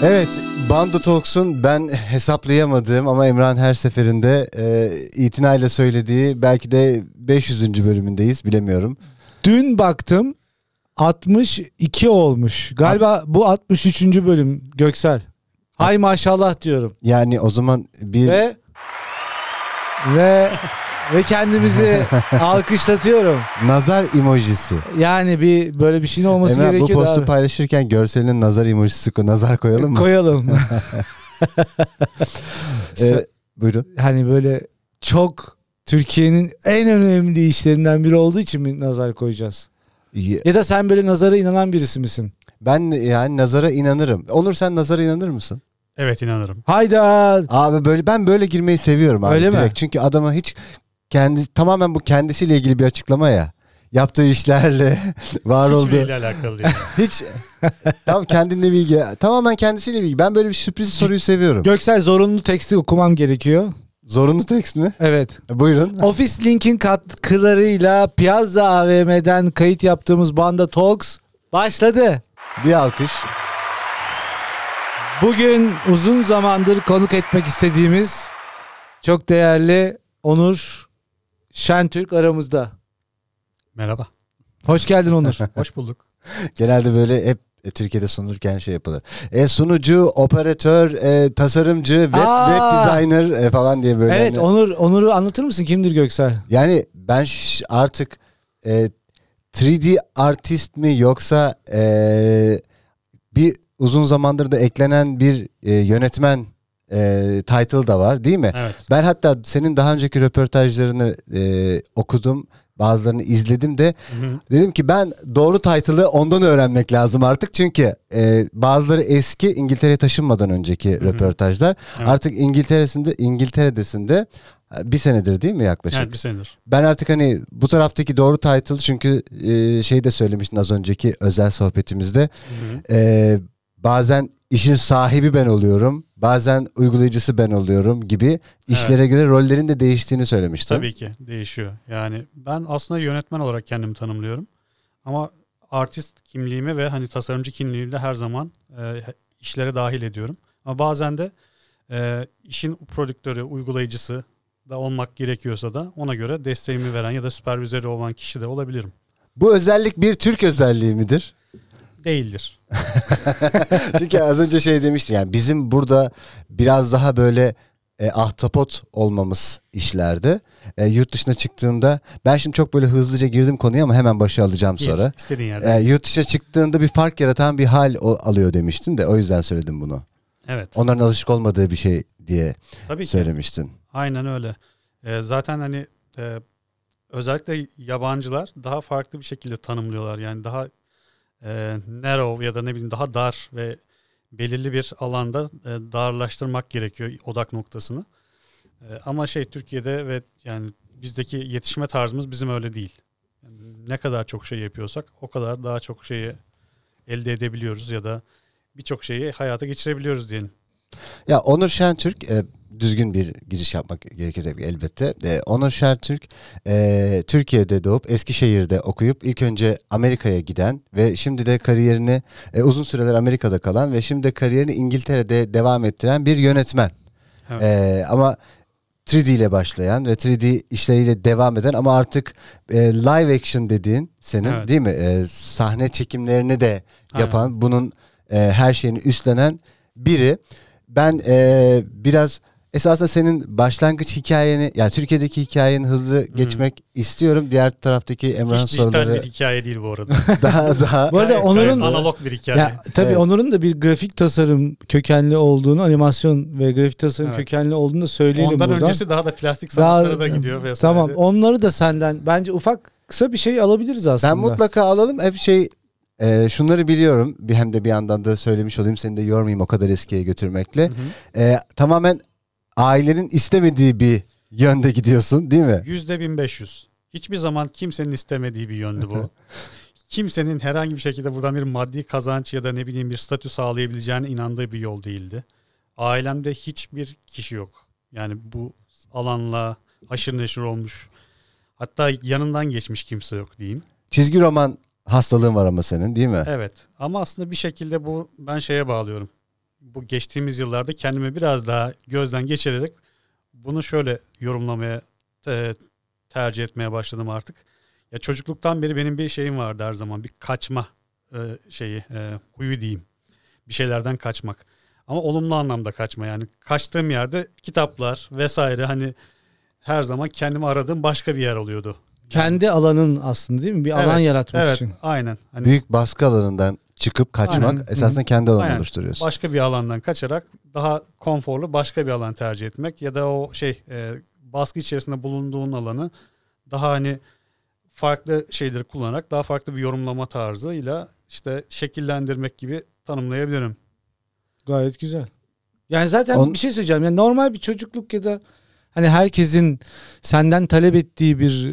Evet, Bando Talks'un ben hesaplayamadığım ama Emrah'ın her seferinde itinayla söylediği belki de 500. bölümündeyiz, bilemiyorum. Dün baktım 62 olmuş. Galiba bu 63. bölüm Göksel. Hay maşallah diyorum. Yani o zaman bir... Ve kendimizi alkışlatıyorum. Nazar emojisi. Yani böyle bir şeyin olması Emrah, gerekiyor. bu postu paylaşırken görselinin nazar emojisi nazar koyalım mı? Koyalım. Buyurun. Hani böyle çok Türkiye'nin en önemli işlerinden biri olduğu için mi nazar koyacağız? Ya da sen böyle nazara inanan birisi misin? Ben yani nazara inanırım. Onur, sen nazara inanır mısın? Evet, inanırım. Hayda. Abi ben böyle girmeyi seviyorum abi. Öyle direkt. mi? Çünkü adama hiç tamamen bu kendisiyle ilgili bir açıklama ya. Yaptığı işlerle var olduğu. Hiçbiriyle alakalı değil. Hiç tam kendinle bilgi. Tamamen kendisiyle bilgi. Ben böyle bir sürpriz soruyu seviyorum. Göksel, zorunlu teksti okumam gerekiyor. Zorunlu tekst mi? Evet. Buyurun. Office Link'in katkılarıyla Piazza AVM'den kayıt yaptığımız Bando Talks başladı. Bir alkış. Bugün uzun zamandır konuk etmek istediğimiz çok değerli Onur Şentürk aramızda. Merhaba. Hoş geldin Onur. Hoş bulduk. Genelde böyle hep Türkiye'de sunulurken şey yapılır. Sunucu, operatör, tasarımcı, web designer falan diye böyle. Evet, Onur'u anlatır mısın? Kimdir Göksel? Yani ben artık 3D artist mi yoksa bir uzun zamandır da eklenen bir yönetmen title da var, değil mi? Evet. Ben hatta senin daha önceki röportajlarını okudum. Bazılarını izledim de dedim ki ben doğru title'ı ondan öğrenmek lazım artık. Çünkü bazıları eski, İngiltere'ye taşınmadan önceki röportajlar. Evet. Artık İngiltere'desin de bir senedir değil mi yaklaşık? Evet, bir senedir. Ben artık hani bu taraftaki doğru title, çünkü şey de söylemiştin az önceki özel sohbetimizde. Bazen işin sahibi ben oluyorum, bazen uygulayıcısı ben oluyorum gibi işlere göre rollerin de değiştiğini söylemiştin. Tabii ki değişiyor. Yani ben aslında yönetmen olarak kendimi tanımlıyorum. Ama artist kimliğimi ve hani tasarımcı kimliğimi de her zaman işlere dahil ediyorum. Ama bazen de işin prodüktörü, uygulayıcısı da olmak gerekiyorsa da ona göre desteğimi veren ya da süpervizörü olan kişi de olabilirim. Bu özellik bir Türk özelliği midir? Değildir. Çünkü az önce şey demiştin, yani bizim burada biraz daha böyle ahtapot olmamız işlerde. Yurt dışına çıktığında, ben şimdi çok böyle hızlıca girdim konuya ama hemen başa alacağım sonra. İstediğin yerden. Yurt dışına çıktığında bir fark yaratan bir hal alıyor demiştin de o yüzden söyledim bunu. Evet. Onların alışık olmadığı bir şey diye Tabii söylemiştin. Ki. Aynen öyle. Zaten hani özellikle yabancılar daha farklı bir şekilde tanımlıyorlar. Yani daha narrow ya da ne bileyim daha dar ve belirli bir alanda darlaştırmak gerekiyor odak noktasını. Ama Türkiye'de ve yani bizdeki yetişme tarzımız bizim öyle değil. Yani ne kadar çok şey yapıyorsak o kadar daha çok şeyi elde edebiliyoruz ya da birçok şeyi hayata geçirebiliyoruz diyelim. Ya Onur Şentürk, düzgün bir giriş yapmak gerekir elbette. Onur Şentürk Türkiye'de doğup Eskişehir'de okuyup ilk önce Amerika'ya giden ve şimdi de kariyerini uzun süreler Amerika'da kalan ve şimdi de kariyerini İngiltere'de devam ettiren bir yönetmen. Evet. Ama 3D ile başlayan ve 3D işleriyle devam eden ama artık live action dediğin senin, evet, değil mi? Sahne çekimlerini de yapan, aynen, bunun her şeyini üstlenen biri. Ben biraz esasında senin başlangıç hikayeni, yani Türkiye'deki hikayeni hızlı geçmek istiyorum. Diğer taraftaki Emrah'ın soruları. Hiç dijital bir hikaye değil bu arada. daha. Bu arada Onur'un analog bir hikaye. Ya, tabii evet, Onur'un da bir grafik tasarım kökenli olduğunu, animasyon ve grafik tasarım kökenli olduğunu da söyleyelim ondan buradan. Öncesi daha da plastik sanatlara da gidiyor vesaire. Tamam, onları da senden bence kısa bir şey alabiliriz aslında. Ben mutlaka alalım. Hep şunları biliyorum. Hem de bir yandan da söylemiş olayım. Seni de yormayayım o kadar eskiye götürmekle. Tamamen ailenin istemediği bir yönde gidiyorsun, değil mi? %1500. Hiçbir zaman kimsenin istemediği bir yöndü bu. Kimsenin herhangi bir şekilde buradan bir maddi kazanç ya da ne bileyim bir statü sağlayabileceğine inandığı bir yol değildi. Ailemde hiçbir kişi yok. Yani bu alanla haşır neşir olmuş. Hatta yanından geçmiş kimse yok diyeyim. Çizgi roman hastalığın var ama senin, değil mi? Evet, ama aslında bir şekilde bu ben bağlıyorum. bu geçtiğimiz yıllarda kendimi biraz daha gözden geçirerek bunu şöyle yorumlamaya tercih etmeye başladım artık. Ya çocukluktan beri benim bir şeyim vardı her zaman. Bir kaçma huyu diyeyim. Bir şeylerden kaçmak. Ama olumlu anlamda kaçma yani. Kaçtığım yerde kitaplar vesaire hani her zaman kendimi aradığım başka bir yer oluyordu. Kendi alanın aslında değil mi? Bir alan yaratmak için. Evet, aynen. Hani Büyük baskı alanından çıkıp kaçmak aynen. esasında kendi alanı Aynen. oluşturuyorsun. Başka bir alandan kaçarak daha konforlu başka bir alan tercih etmek ya da o baskı içerisinde bulunduğun alanı daha hani farklı şeyleri kullanarak daha farklı bir yorumlama tarzıyla işte şekillendirmek gibi tanımlayabilirim. Gayet güzel. Yani zaten bir şey söyleyeceğim. Yani normal bir çocukluk ya da hani herkesin senden talep ettiği bir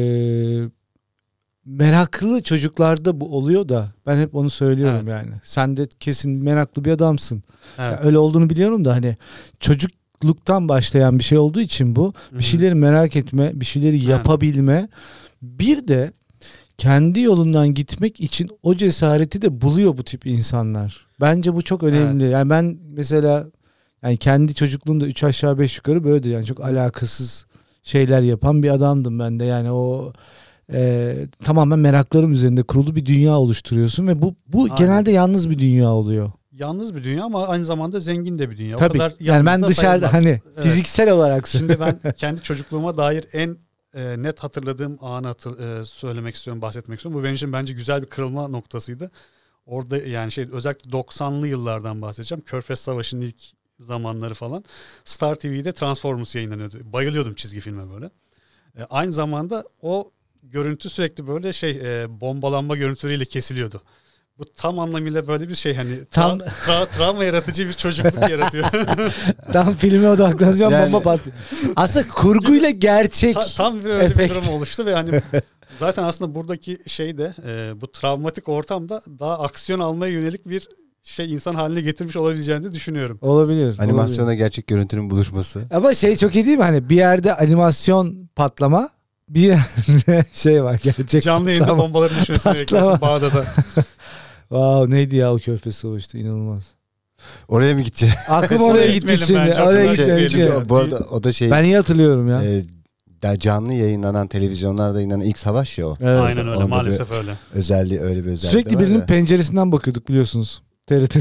meraklı çocuklarda bu oluyor da ben hep onu söylüyorum yani. Sen de kesin meraklı bir adamsın. Evet. Yani öyle olduğunu biliyorum da hani çocukluktan başlayan bir şey olduğu için bu. Bir şeyleri merak etme, bir şeyleri yapabilme. Bir de kendi yolundan gitmek için o cesareti de buluyor bu tip insanlar. Bence bu çok önemli. Evet. Yani ben mesela yani kendi çocukluğumda 3 aşağı 5 yukarı böyleydi. Yani çok alakasız şeyler yapan bir adamdım ben de. Yani o tamamen meraklarım üzerinde kurulu bir dünya oluşturuyorsun ve bu genelde yalnız bir dünya oluyor. Yalnız bir dünya ama aynı zamanda zengin de bir dünya. Tabii. O kadar yani ben dışarıda sayılmaz. hani fiziksel olarak. Şimdi ben kendi çocukluğuma dair en net hatırladığım anı söylemek istiyorum, bahsetmek istiyorum. Bu benim için bence güzel bir kırılma noktasıydı. Orada yani özellikle 90'lı yıllardan bahsedeceğim. Körfez Savaşı'nın ilk zamanları falan. Star TV'de Transformers yayınlanıyordu. Bayılıyordum çizgi filme böyle. Aynı zamanda o görüntü sürekli böyle bombalanma görüntüleriyle kesiliyordu. Bu tam anlamıyla böyle bir şey hani travma yaratıcı bir çocukluk yaratıyor. Tam filme odaklanacağım yani, bomba patlıyor. Aslında kurguyla gerçek tam öyle bir durum oluştu ve hani zaten aslında buradaki bu travmatik ortamda daha aksiyon almaya yönelik bir insan haline getirmiş olabileceğini de düşünüyorum. Olabilir. Animasyona gerçek görüntünün buluşması. Ama çok iyi değil mi? Hani bir yerde animasyon patlama, bir yerde var gerçek canlı yayında bombaların düşmesini beklersin Bağdat'a. Wow, neydi ya o Körfez Savaşı'nda, inanılmaz. Oraya mı gideceğiz? Aklım oraya gitti şimdi. Oraya gitmeyelim. Bu arada o da ben iyi hatırlıyorum ya. Canlı yayınlanan televizyonlarda yayınlanan ilk savaş ya o. Evet. Aynen öyle, maalesef öyle. Öyle bir özelliği Sürekli birinin penceresinden bakıyorduk biliyorsunuz. TRT'de.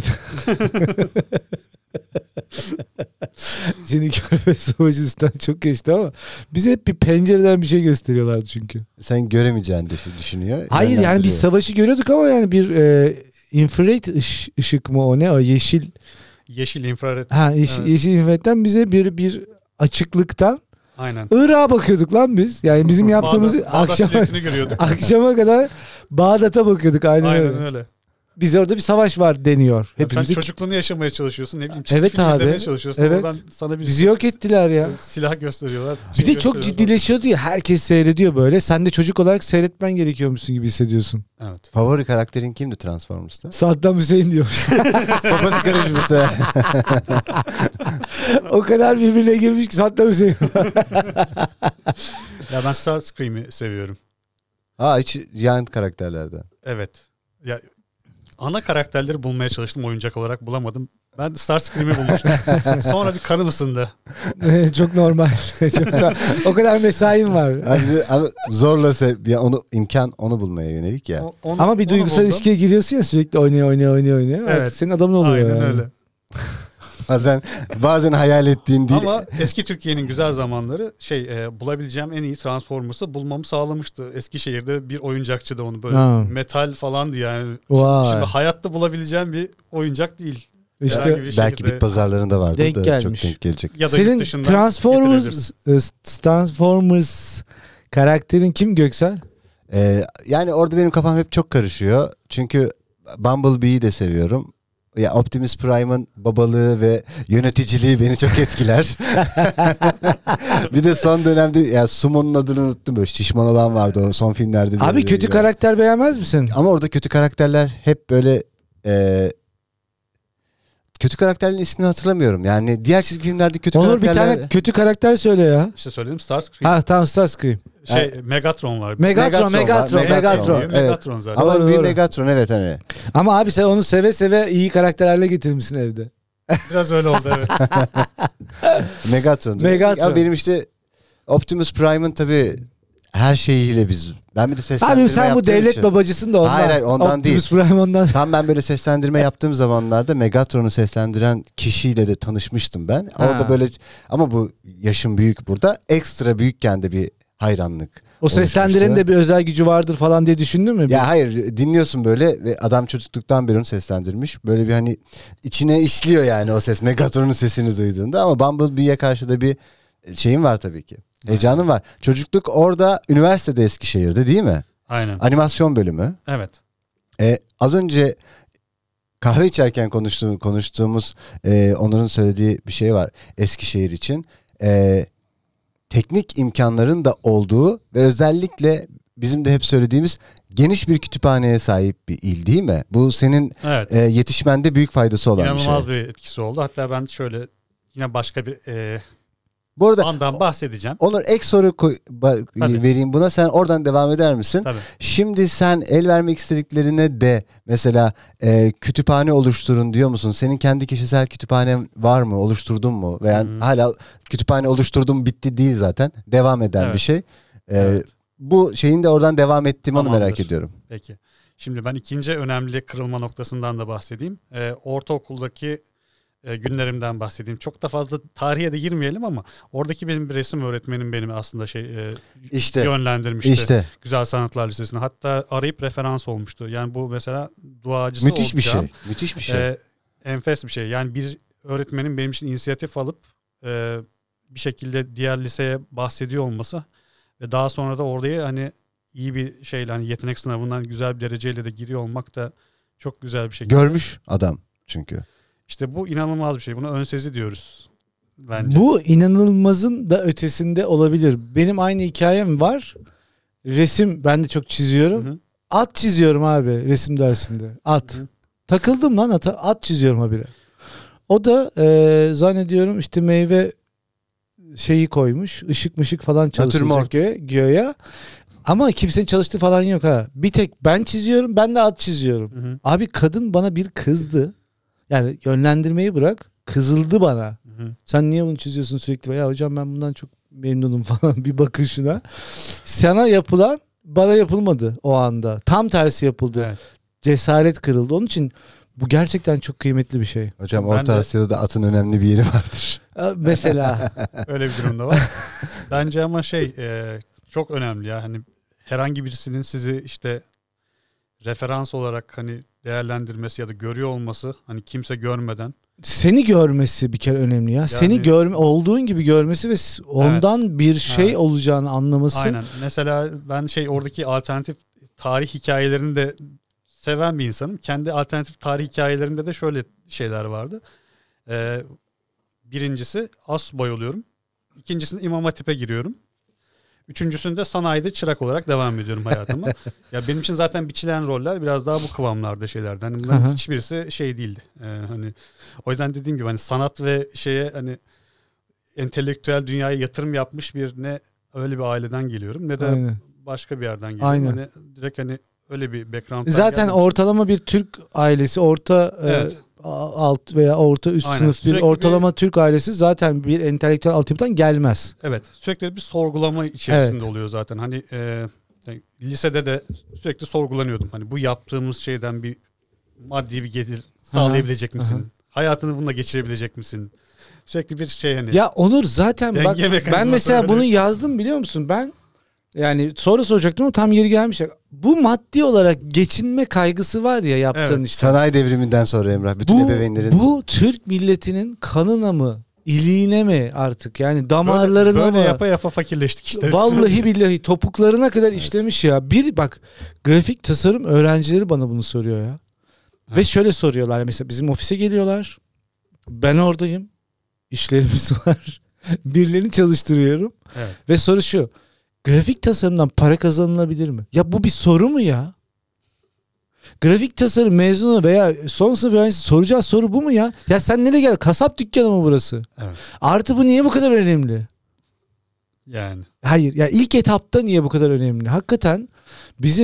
Şimdi Körfez Savaşı üstten çok geçti ama bize hep bir pencereden bir şey gösteriyorlardı çünkü. Sen göremeyeceğini düşünüyor. Hayır yani biz savaşı görüyorduk ama yani bir infrared ışık mı o ne o yeşil. Yeşil infrared. Yeşil infrared'den bize bir açıklıktan. Aynen. Irak'a bakıyorduk lan biz. Yani bizim yaptığımız akşama kadar Bağdat'a bakıyorduk. Aynen öyle. Bize orada bir savaş var deniyor. Hepimiz çocukluğunu yaşamaya çalışıyorsun. Ne bileyim, evet film abi. izlemeye çalışıyorsun. Evet. Oradan sana bizi yok ettiler ya. Silah gösteriyorlar. Bir de çok ciddileşiyordu ya. Herkes seyrediyor böyle. Sen de çocuk olarak seyretmen gerekiyormuşsun gibi hissediyorsun. Evet. Favori karakterin kimdi Transformers'ta? Saddam Hüseyin diyor. Babası karışmışsa. O kadar birbirine girmiş ki Saddam Hüseyin. Ya ben Starscream'i seviyorum. Hiç yan karakterlerden. Evet. Ya ana karakterleri bulmaya çalıştım, oyuncak olarak bulamadım. Ben Starscream'i bulmuştum. Sonra bir kanım ısındı. Çok normal. O kadar mesain var. Ama zorla onu bulmaya yönelik ya. Ama bir duygusal ilişkiye giriyorsun ya, sürekli oynuyor. Evet. Senin adamın oluyor. Aynen yani. öyle. Bazen hayal ettiğin değil. Ama eski Türkiye'nin güzel zamanları bulabileceğim en iyi Transformers'ı bulmamı sağlamıştı. Eskişehir'de bir oyuncakçıda onu böyle metal falandı yani. Şimdi hayatta bulabileceğim bir oyuncak değil. İşte belki bit pazarlarında vardır denk da gelmiş. çok denk gelecek. Ya da senin Transformers karakterin kim Göksel? Yani orada benim kafam hep çok karışıyor. Çünkü Bumblebee'yi de seviyorum. Ya Optimus Prime'ın babalığı ve yöneticiliği beni çok etkiler. Bir de son dönemde ya Sumo'nun adını unuttum, böyle şişman olan vardı o son filmlerde. Abi kötü karakter beğenmez misin? Ama orada kötü karakterler hep böyle kötü karakterlerin ismini hatırlamıyorum. Yani diğer çizgi filmlerde kötü karakterler. Bir tane kötü karakter söyle ya. İşte söyledim, Starscream. Tamam, Starscream. Megatron var. Megatron. Evet. Megatron zaten. Ama bir Megatron, evet hani. Ama abi sen onu seve seve iyi karakterlerle getirmişsin evde. Biraz öyle oldu evet. Megatron. Megatron. Ya benim işte Optimus Prime'ın tabii her şeyiyle ben bir de seslendirme Abi sen bu yaptığım devlet için. babacısın da ondan. Hayır, ondan Optimus Prime ondan. Tam ben böyle seslendirme yaptığım zamanlarda Megatron'u seslendiren kişiyle de tanışmıştım ben. Ha. Orada böyle, ama bu yaşım büyük burada. Ekstra büyükken de bir hayranlık. O seslendirenin de bir özel gücü vardır falan diye düşündün mü? Ya hayır, dinliyorsun böyle ve adam çocukluktan beri onu seslendirmiş. Böyle bir hani içine işliyor yani o ses. Megatron'un sesini duyduğunda, ama Bumblebee'ye karşı da bir şeyim var tabii ki. Heyecanım var. Çocukluk orada, üniversitede Eskişehir'de değil mi? Aynen. Animasyon bölümü. Evet. Az önce kahve içerken konuştuğumuz Onur'un söylediği bir şey var Eskişehir için. Teknik imkanların da olduğu ve özellikle bizim de hep söylediğimiz geniş bir kütüphaneye sahip bir il değil mi? Bu senin Evet. Yetişmende büyük faydası olan bir şey. İnanılmaz bir etkisi oldu. Hatta ben şöyle yine başka bir Bu arada andan bahsedeceğim. Onur, ek soru Tabii. vereyim buna. Sen oradan devam eder misin? Tabii. Şimdi sen el vermek istediklerine de mesela kütüphane oluşturun diyor musun? Senin kendi kişisel kütüphanen var mı? Oluşturdun mu? Veya hala kütüphane oluşturdum, bitti değil zaten. Devam eden Evet. bir şey. Evet. Bu şeyin de oradan devam etti mi onu merak Tamamdır. ediyorum. Peki. Şimdi ben ikinci önemli kırılma noktasından da bahsedeyim. Ortaokuldaki günlerimden bahsedeyim. Çok da fazla tarihe de girmeyelim ama oradaki benim bir resim öğretmenim beni aslında İşte. yönlendirmişti. İşte. Güzel Sanatlar Lisesi'ne. Hatta arayıp referans olmuştu. Yani bu mesela duacısı Müthiş bir olacağım. şey. Müthiş bir şey. Enfes bir şey. Yani bir öğretmenin benim için inisiyatif alıp bir şekilde diğer liseye bahsediyor olması ve daha sonra da oraya hani iyi bir şeyle, hani yetenek sınavından güzel bir dereceyle de giriyor olmak da çok güzel bir şekilde. Görmüş adam çünkü. İşte bu inanılmaz bir şey. Buna ön sezi diyoruz bence. Bu inanılmazın da ötesinde olabilir. Benim aynı hikayem var. Resim ben de çok çiziyorum. Hı-hı. At çiziyorum abi resim dersinde. At. Hı-hı. Takıldım lan ata. At çiziyorum habire. O da zannediyorum işte meyve şeyi koymuş. Işık mışık falan çalışacak göğe. Ama kimsenin çalıştığı falan yok ha. Bir tek ben çiziyorum. Ben de at çiziyorum. Hı-hı. Abi kadın bana bir kızdı. Yani yönlendirmeyi bırak. Kızıldı bana. Hı-hı. Sen niye bunu çiziyorsun sürekli? Ya hocam ben bundan çok memnunum falan. Bir bakın şuna. Sana yapılan bana yapılmadı o anda. Tam tersi yapıldı. Evet. Cesaret kırıldı. Onun için bu gerçekten çok kıymetli bir şey. Hocam Ben Orta de- Asya'da da atın önemli bir yeri vardır. Mesela. Öyle bir durum da var. Bence ama çok önemli ya. Hani herhangi birisinin sizi işte referans olarak hani değerlendirmesi ya da görüyor olması, hani kimse görmeden. Seni görmesi bir kere önemli ya. Seni olduğun gibi görmesi ve ondan bir şey Evet. olacağını anlaması. Aynen. Mesela ben oradaki alternatif tarih hikayelerini de seven bir insanım. Kendi alternatif tarih hikayelerinde de şöyle şeyler vardı. Birincisi asubay oluyorum. İkincisinde İmam Hatip'e giriyorum. Üçüncüsünde sanayide çırak olarak devam ediyorum hayatıma. Ya benim için zaten biçilen roller biraz daha bu kıvamlarda şeylerden. Hani bunların hiçbirisi şey değildi. Hani o yüzden dediğim gibi hani sanat ve hani entelektüel dünyaya yatırım yapmış bir ne öyle bir aileden geliyorum ne de Aynen. başka bir yerden geliyorum. Aynen. Hani direkt hani öyle bir background'dan Zaten geldiğim için. ortalama bir Türk ailesi, orta Evet. alt veya orta üst Aynen. sınıf bir Sürekli ortalama Türk ailesi zaten bir entelektüel altyapıdan gelmez. Evet, sürekli bir sorgulama içerisinde Evet. oluyor zaten. Hani lisede de sürekli sorgulanıyordum. Hani bu yaptığımız şeyden bir maddi bir gelir sağlayabilecek misin? Hayatını bununla geçirebilecek misin? Sürekli bir hani. Ya Onur zaten bak Denge mekanizması ben mesela öyle. bunu yazdım biliyor musun? Ben yani soru soracaktım ama tam yeri gelmiş. Bu maddi olarak geçinme kaygısı var ya yaptığın Evet. işte. Sanayi devriminden sonra Emrah. Bütün ebeveynlerin... Bu Türk milletinin kanına mı? İliğine mi artık? Yani damarlarına böyle mı? yapa yapa fakirleştik işte. Vallahi billahi topuklarına kadar işlemiş ya. Bir bak grafik tasarım öğrencileri bana bunu soruyor ya. Ve şöyle soruyorlar mesela bizim ofise geliyorlar. Ben oradayım. İşlerimiz var. Birilerini çalıştırıyorum. Evet. Ve soru şu. Grafik tasarımdan para kazanılabilir mi? Ya bu bir soru mu ya? Grafik tasarım mezunu veya son sınıf öğrencisi soracağı soru bu mu ya? Ya sen nereye gel? Kasap dükkanı mı burası? Evet. Artı bu niye bu kadar önemli? Yani. Hayır ya ilk etapta niye bu kadar önemli? Hakikaten bizim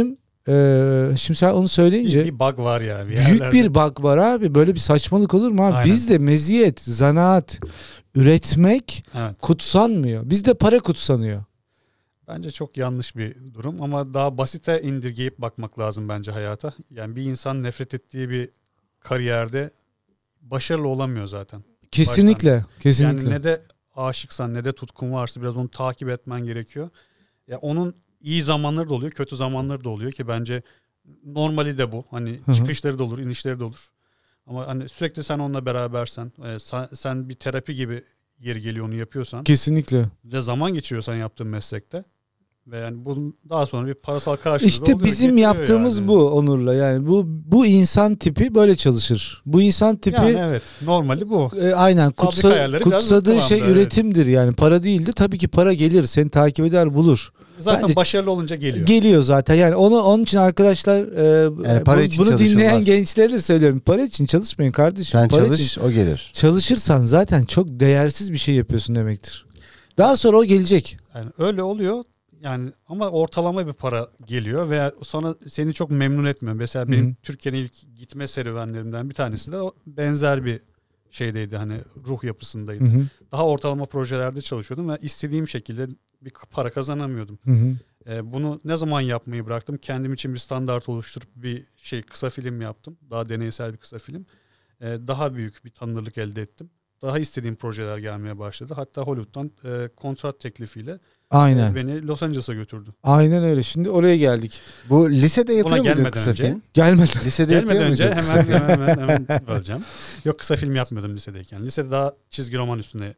şimdi sen onu söyleyince Bir bug var ya. büyük bir bug var abi. Böyle bir saçmalık olur mu abi? Aynen. Bizde meziyet, zanaat, üretmek Evet. kutsanmıyor. Bizde para kutsanıyor. Bence çok yanlış bir durum ama daha basite indirgeyip bakmak lazım bence hayata. Yani bir insan nefret ettiği bir kariyerde başarılı olamıyor zaten. Kesinlikle. Kesinlikle. Yani ne de aşıksan ne de tutkun varsa biraz onu takip etmen gerekiyor. Ya onun iyi zamanları da oluyor, kötü zamanları da oluyor ki bence normali de bu. Hani Hı hı. çıkışları da olur, inişleri de olur. Ama hani sürekli sen onunla berabersen, sen bir terapi gibi yeri geliyor onu yapıyorsan Kesinlikle. ve zaman geçiriyorsan yaptığın meslekte ve yani bunun daha sonra bir parasal karşılığı da İşte oluyor, bizim getiriyor yaptığımız yani. bu Onur'la. Yani bu insan tipi böyle çalışır. Bu insan tipi Yani evet, normali bu. aynen Fabrika ayarları biraz kutsadığı bu şey kıvamda, üretimdir yani. Para değildir. Tabii ki para gelir. Seni takip eder, bulur. Zaten Bence başarılı olunca geliyor. Geliyor zaten. Yani onun için arkadaşlar Yani para için bunu dinleyen çalışılmaz. gençlere de söylüyorum. Para için çalışmayın kardeşim. Sen Para çalış için o gelir. çalışırsan zaten çok değersiz bir şey yapıyorsun demektir. Daha sonra o gelecek. Yani öyle oluyor. Yani ama ortalama bir para geliyor veya sonra seni çok memnun etmiyor. Mesela benim Hı-hı. Türkiye'nin ilk gitme serüvenlerimden bir tanesi de o benzer bir şeydeydi, hani ruh yapısındaydı. Hı-hı. Daha ortalama projelerde çalışıyordum ve istediğim şekilde bir para kazanamıyordum. Hı-hı. Bunu ne zaman yapmayı bıraktım? Kendim için bir standart oluşturup bir kısa film yaptım. Daha deneysel bir kısa film. Daha büyük bir tanınırlık elde ettim. Daha istediğim projeler gelmeye başladı. Hatta Hollywood'dan kontrat teklifiyle Aynen. beni Los Angeles'a götürdü. Aynen öyle. Şimdi oraya geldik. Bu lisede Buna yapıyor muydun gelmeden kısa önce- film? Gelmeden. Lisede Gelmeden yapıyor önce muydun kısa film? hemen böleceğim. Yok, kısa film yapmıyordum lisedeyken. Lisede daha çizgi roman üstüne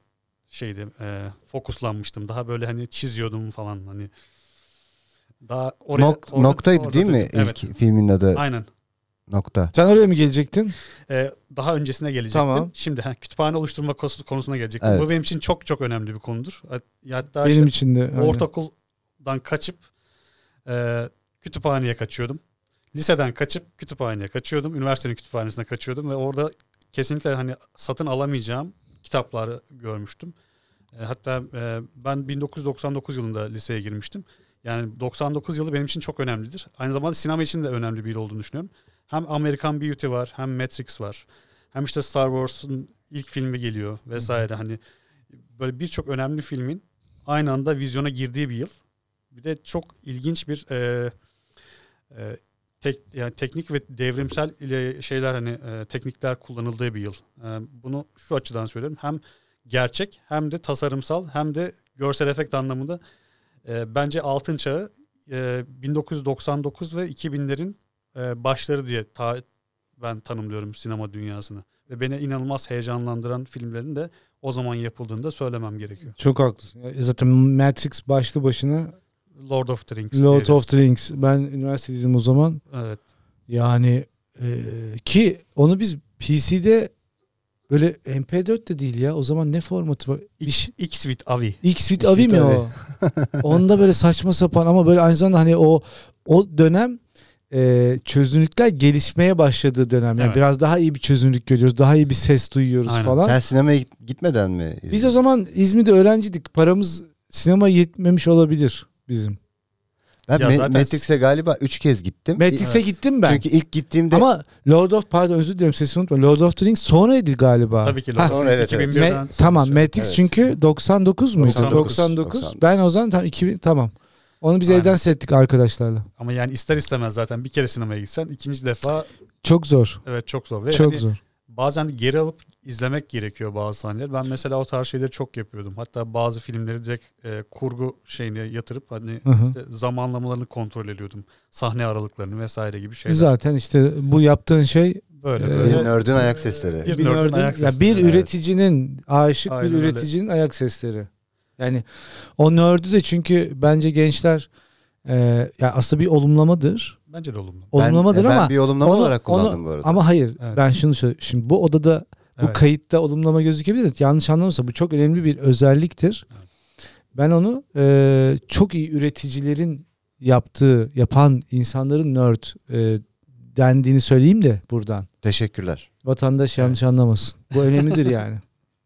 fokuslanmıştım. Daha böyle hani çiziyordum falan, hani daha orada Noktaydı değil mi Evet. ilk filmin adı? Aynen. Nokta. Sen oraya mı gelecektin? Daha öncesine gelecektim. Tamam. Şimdi kütüphane oluşturma konusuna gelecektim. Evet. Bu benim için çok çok önemli bir konudur. Hatta Benim için de. Aynen. ortaokuldan kaçıp kütüphaneye kaçıyordum. Liseden kaçıp kütüphaneye kaçıyordum. Üniversitenin kütüphanesine kaçıyordum ve orada kesinlikle hani satın alamayacağım kitapları görmüştüm. Hatta ben 1999 yılında liseye girmiştim. Yani 99 yılı benim için çok önemlidir. Aynı zamanda sinema için de önemli bir yıl olduğunu düşünüyorum. Hem American Beauty var, hem Matrix var. Hem işte Star Wars'un ilk filmi geliyor vesaire. Hani böyle birçok önemli filmin aynı anda vizyona girdiği bir yıl. Bir de çok ilginç bir yani teknik ve devrimsel şeyler, hani teknikler kullanıldığı bir yıl. Bunu şu açıdan söylüyorum. Hem gerçek, hem de tasarımsal, hem de görsel efekt anlamında bence altın çağı 1999 ve 2000'lerin başları diye ben tanımlıyorum sinema dünyasını. Ve beni inanılmaz heyecanlandıran filmlerin de o zaman yapıldığını da söylemem gerekiyor. Çok haklısın. Zaten Matrix başlı başına Lord of the Rings. Lord of the Rings. Ben üniversitedeydim o zaman. Evet. Yani ki onu biz PC'de böyle MP4 de değil ya. O zaman ne formatı var? X-Vid AVI. X-Vid AVI mi o? Onda böyle saçma sapan ama böyle aynı zamanda hani o dönem çözünürlükler gelişmeye başladığı dönem. Yani Evet. biraz daha iyi bir çözünürlük görüyoruz. Daha iyi bir ses duyuyoruz Aynen. falan. Sen sinemaya gitmeden mi? Biz o zaman İzmir'de öğrenciydik. Paramız sinema yetmemiş olabilir bizim. Ben Ya zaten Matrix'e galiba 3 kez gittim. Matrix'e gittim ben. Çünkü ilk gittiğimde Ama pardon özür dilerim sesini unutma. Lord of the Rings sonraydı galiba. Tabii ki Ha, Lord of the sonra Rings evet, 2001'den tamam sonra. Matrix Evet. çünkü 99 muydu? 99. 99. Ben o zaman tam 2000 tamam. Onu biz Aynen. evden seyrettik arkadaşlarla. Ama yani ister istemez zaten bir kere sinemaya gitsen ikinci defa Çok zor. evet çok zor. Ve Çok hani zor. bazen de geri alıp izlemek gerekiyor bazı sahneler. Ben mesela o tarz şeyleri çok yapıyordum. Hatta bazı filmleri direkt kurgu şeyine yatırıp hani Hı hı. işte zamanlamalarını kontrol ediyordum. Sahne aralıklarını vesaire gibi şeyler. Zaten işte bu yaptığın şey Böyle Bir bir böyle. nerd'ün ayak sesleri. Bir nerd'ün ayak ya sesleri, bir evet. üreticinin aşık Aynen bir öyle. üreticinin ayak sesleri. Yani o nerd'ü de çünkü bence gençler ya aslında bir olumlamadır. Bence de olumlu. Olumlamadır ben ama bir olumlama olarak kullandım bu arada. Ama hayır Evet. ben şunu söyleyeyim. Şimdi bu odada bu Evet. kayıtta olumlama gözükebilir. Yanlış anlamazsa bu çok önemli bir özelliktir. Evet. Ben onu çok iyi üreticilerin yapan insanların nerd dendiğini söyleyeyim de buradan. Teşekkürler. Vatandaş yanlış anlamasın. Bu önemlidir yani.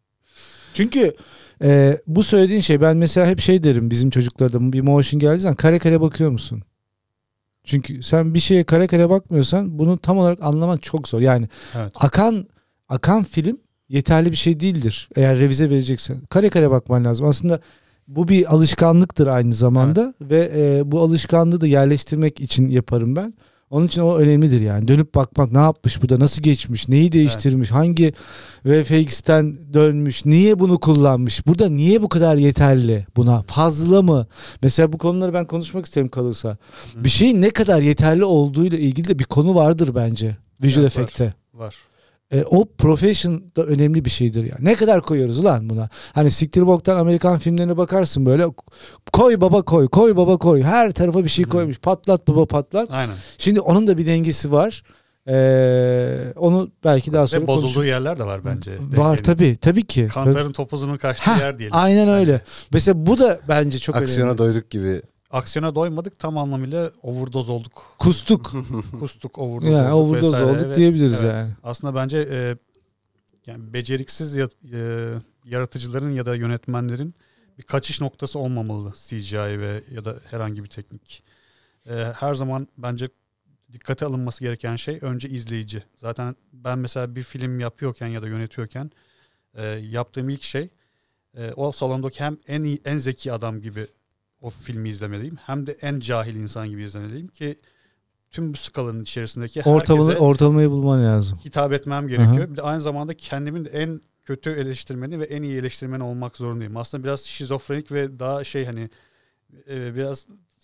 Çünkü bu söylediğin şey ben mesela hep şey derim bizim çocuklarda bir motion geldiği zaman kare kare bakıyor musun? Çünkü sen bir şeye kare kare bakmıyorsan bunu tam olarak anlamak çok zor. Yani Evet. akan film yeterli bir şey değildir. Eğer revize vereceksen. Kare kare bakman lazım. Aslında bu bir alışkanlıktır aynı zamanda ve bu alışkanlığı da yerleştirmek için yaparım ben. Onun için o önemlidir yani. Dönüp bakmak, ne yapmış burada, nasıl geçmiş, neyi değiştirmiş, hangi VFX'ten dönmüş, niye bunu kullanmış, burada niye bu kadar yeterli buna, fazla mı? Mesela bu konuları ben konuşmak isterim kalırsa. Bir şeyin ne kadar yeterli olduğuyla ilgili de bir konu vardır bence visual Evet, efekte. Var. O profession da önemli bir şeydir yani. Ne kadar koyuyoruz ulan buna? Hani siktir boktan Amerikan filmlerine bakarsın böyle, koy baba koy, koy baba koy. Her tarafa bir şey koymuş. Patlat baba patlat. Aynen. Şimdi onun da bir dengesi var. Onu belki daha sonra Ve bozulduğu yerler de var bence. Var tabii ki. Kantarın topuzunun kaçtığı yer diyelim. Aynen bence. öyle. Mesela bu da bence çok Aksiyona önemli. doyduk gibi. Aksiyona doymadık, tam anlamıyla overdose olduk. Kustuk. Overdose Yani olduk overdose vesaire. olduk diyebiliriz Evet. yani. Aslında bence yani beceriksiz yaratıcıların ya da yönetmenlerin bir kaçış noktası olmamalı CGI ve ya da herhangi bir teknik. Her zaman bence dikkate alınması gereken şey önce izleyici. Zaten ben mesela bir film yapıyorken ya da yönetiyorken yaptığım ilk şey o salondaki hem en iyi, en zeki adam gibi o filmi izlemeliyim, hem de en cahil insan gibi izlemeliyim ki tüm bu skalanın içerisindeki herkese Ortalamayı bulman lazım. hitap etmem gerekiyor. Aha. Bir de aynı zamanda kendimin de en kötü eleştirmeni ve en iyi eleştirmeni olmak zorundayım. Aslında biraz şizofrenik ve daha hani biraz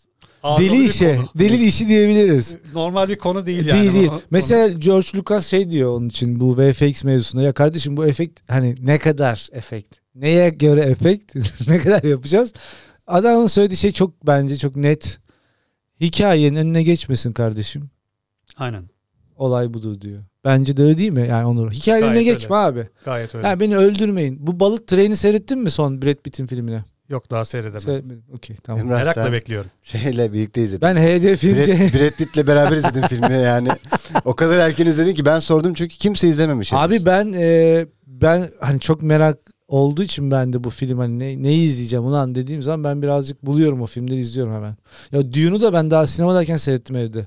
Deli işi diyebiliriz. Normal bir konu değil yani. Değil. Mesela George Lucas şey diyor onun için bu VFX mevzusunda. Ya kardeşim bu efekt hani ne kadar efekt? Neye göre efekt? Ne kadar yapacağız? Adamın söylediği şey bence çok net. Hikayenin önüne geçmesin kardeşim. Aynen. Olay budur diyor. Bence de öyle değil mi? Yani Onur. Hikayenin önüne geçme abi. Gayet öyle. Yani beni öldürmeyin. Bu Balık Treni seyrettin mi son Brad Pitt'in filmine? Yok, daha seyredemedim. Seyretmedim. Okey, tamam. Emrah, Merakla sen bekliyorum. şeyle birlikte izledim. Ben HD filmce... Brad Pitt'le beraber izledim filmi yani. O kadar erken izledin ki ben sordum çünkü kimse izlememiş. Abi ben hani çok merak olduğu için ben de bu film hani neyi izleyeceğim ulan dediğim zaman ben birazcık buluyorum, o filmleri izliyorum hemen. Ya Dune'u da ben daha sinemadayken seyrettim evde.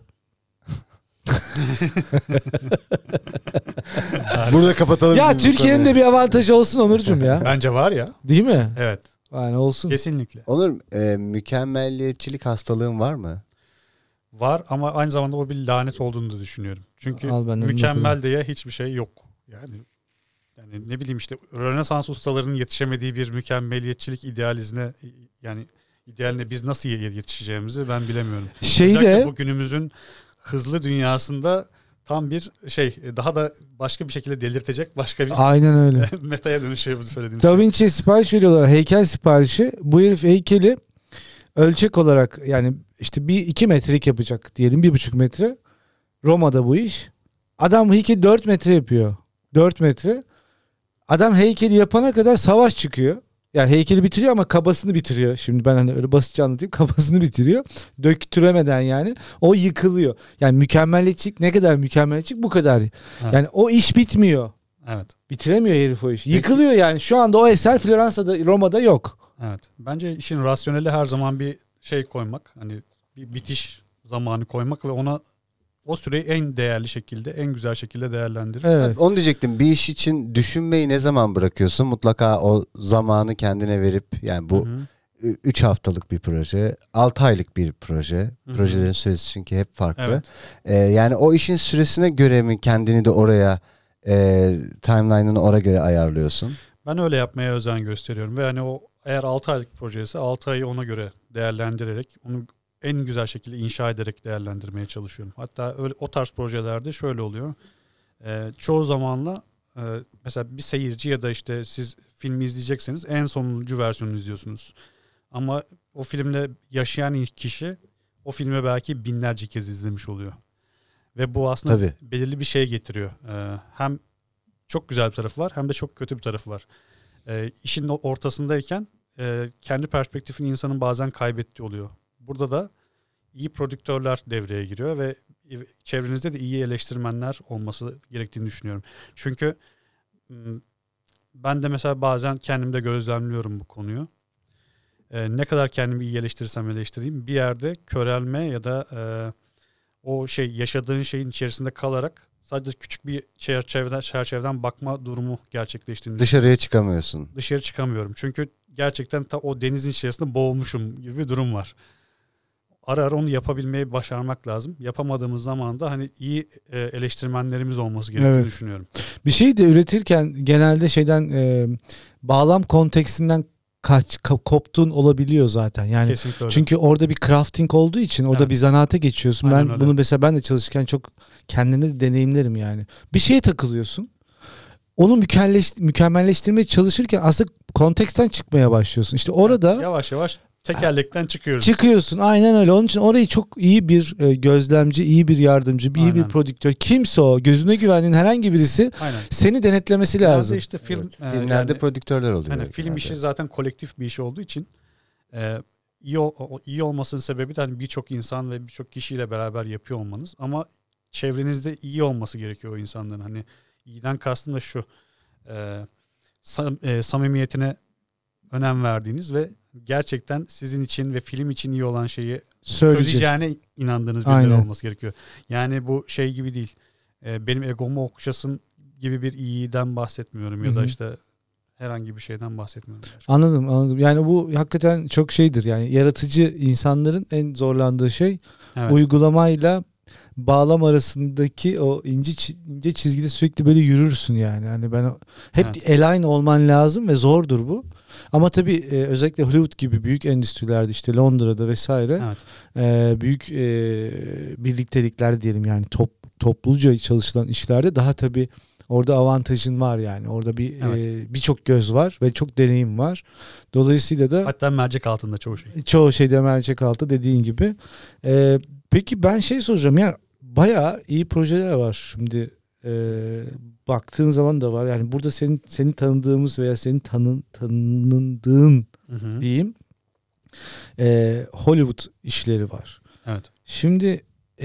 Burada kapatalım. Ya Türkiye'nin de bir avantajı olsun Onurcuğum ya. Bence var ya. Değil mi? Evet. Yani olsun. Kesinlikle. Onur, mükemmelliyetçilik hastalığın var mı? Var ama aynı zamanda o bir lanet olduğunu da düşünüyorum. Çünkü Al benden mükemmel diye hiçbir şey yok. Yani ne bileyim işte Rönesans ustalarının yetişemediği bir mükemmeliyetçilik idealine biz nasıl yetişeceğimizi ben bilemiyorum. Özellikle bu günümüzün hızlı dünyasında tam bir daha da başka bir şekilde delirtecek başka bir aynen öyle. metaya dönüşüyor bu söylediğim Da Vinci'ye sipariş veriyorlar, heykel siparişi. Bu herif heykeli ölçek olarak yani işte 2 metrelik yapacak diyelim, 1,5 metre. Roma'da bu iş. Adam heykeli 4 metre yapıyor. 4 metre. Adam heykeli yapana kadar savaş çıkıyor. Yani heykeli bitiriyor ama kabasını bitiriyor. Şimdi ben hani öyle basitçe anlatayım. Kabasını bitiriyor. Döktüremeden yani. O yıkılıyor. Yani mükemmeliyetçilik, ne kadar mükemmeliyetçilik bu kadar. Evet. Yani o iş bitmiyor. Evet. Bitiremiyor herif o işi. Yıkılıyor yani. Şu anda o eser Floransa'da, Roma'da yok. Evet. Bence işin rasyoneli her zaman bir koymak. Hani bir bitiş zamanı koymak ve ona o süreyi en değerli şekilde, en güzel şekilde değerlendirir. Evet. Onu diyecektim. Bir iş için düşünmeyi ne zaman bırakıyorsun? Mutlaka o zamanı kendine verip, yani bu 3 haftalık bir proje, 6 aylık bir proje. Hı-hı. Projelerin süresi çünkü hep farklı. Evet. Yani o işin süresine göre mi kendini de oraya timeline'ını oraya göre ayarlıyorsun? Ben öyle yapmaya özen gösteriyorum ve hani o eğer 6 aylık proje ise 6 ayı ona göre değerlendirerek onu en güzel şekilde inşa ederek değerlendirmeye çalışıyorum. Hatta o tarz projelerde şöyle oluyor. Çoğu zamanla mesela bir seyirci ya da işte siz filmi izleyecekseniz en sonuncu versiyonunu izliyorsunuz. Ama o filmle yaşayan kişi o filmi belki binlerce kez izlemiş oluyor. Ve bu aslında belirli bir şey getiriyor. Hem çok güzel bir tarafı var hem de çok kötü bir tarafı var. İşin ortasındayken kendi perspektifini insanın bazen kaybettiği oluyor. Burada da iyi prodüktörler devreye giriyor ve çevrenizde de iyi eleştirmenler olması gerektiğini düşünüyorum. Çünkü ben de mesela bazen kendimde gözlemliyorum bu konuyu. Ne kadar kendimi iyi eleştirirsem eleştireyim bir yerde körelme ya da o yaşadığın şeyin içerisinde kalarak sadece küçük bir çerçeveden bakma durumu gerçekleştiğini Dışarıya çıkamıyorsun. Dışarı çıkamıyorum. Çünkü gerçekten o denizin içerisinde boğulmuşum gibi bir durum var. Ara ara onu yapabilmeyi başarmak lazım. Yapamadığımız zaman da hani iyi eleştirmenlerimiz olması gerektiğini düşünüyorum. Bir şey de üretirken genelde bağlam kontekstinden koptuğun olabiliyor zaten. Yani çünkü orada bir crafting olduğu için orada bir zanaata geçiyorsun. Aynen öyle. Bunu mesela ben de çalışırken çok kendini de deneyimlerim yani. Bir şeye takılıyorsun. Onu mükemmelleştirmeye çalışırken aslında konteksten çıkmaya başlıyorsun. İşte orada yavaş yavaş tekerlekten çıkıyorsun. Aynen öyle. Onun için orayı çok iyi bir gözlemci, iyi bir yardımcı, iyi bir prodüktör. Kimse o gözüne güvendiğin herhangi birisi seni denetlemesi lazım. İşte filmlerde prodüktörler oluyor. Hani film işi zaten kolektif bir iş olduğu için iyi olmasının sebebi de hani birçok insan ve birçok kişiyle beraber yapıyor olmanız. Ama çevrenizde iyi olması gerekiyor o insanların. Hani iyiden kastım da şu, samimiyetine önem verdiğiniz ve gerçekten sizin için ve film için iyi olan şeyi söyleyeceğine inandığınız birileri olması gerekiyor. Yani bu gibi değil. Benim egomu okşasın gibi bir iyiden bahsetmiyorum ya da işte herhangi bir şeyden bahsetmiyorum. Anladım. Yani bu hakikaten çok şeydir. Yani yaratıcı insanların en zorlandığı şey uygulamayla bağlam arasındaki o ince çizgide sürekli böyle yürürsün yani. Hani ben hep align olman lazım ve zordur bu. Ama tabii özellikle Hollywood gibi büyük endüstrilerde işte Londra'da vesaire büyük birliktelikler diyelim yani topluca çalışılan işlerde daha tabii orada avantajın var yani. Orada birçok göz var ve çok deneyim var. Dolayısıyla da hatta mercek altında çoğu şey. Çoğu şeyde mercek altı dediğin gibi. Peki ben soracağım yani bayağı iyi projeler var şimdi. Baktığın zaman da var. Yani burada seni tanıdığımız veya senin tanındığın diyeyim Hollywood işleri var. Evet. Şimdi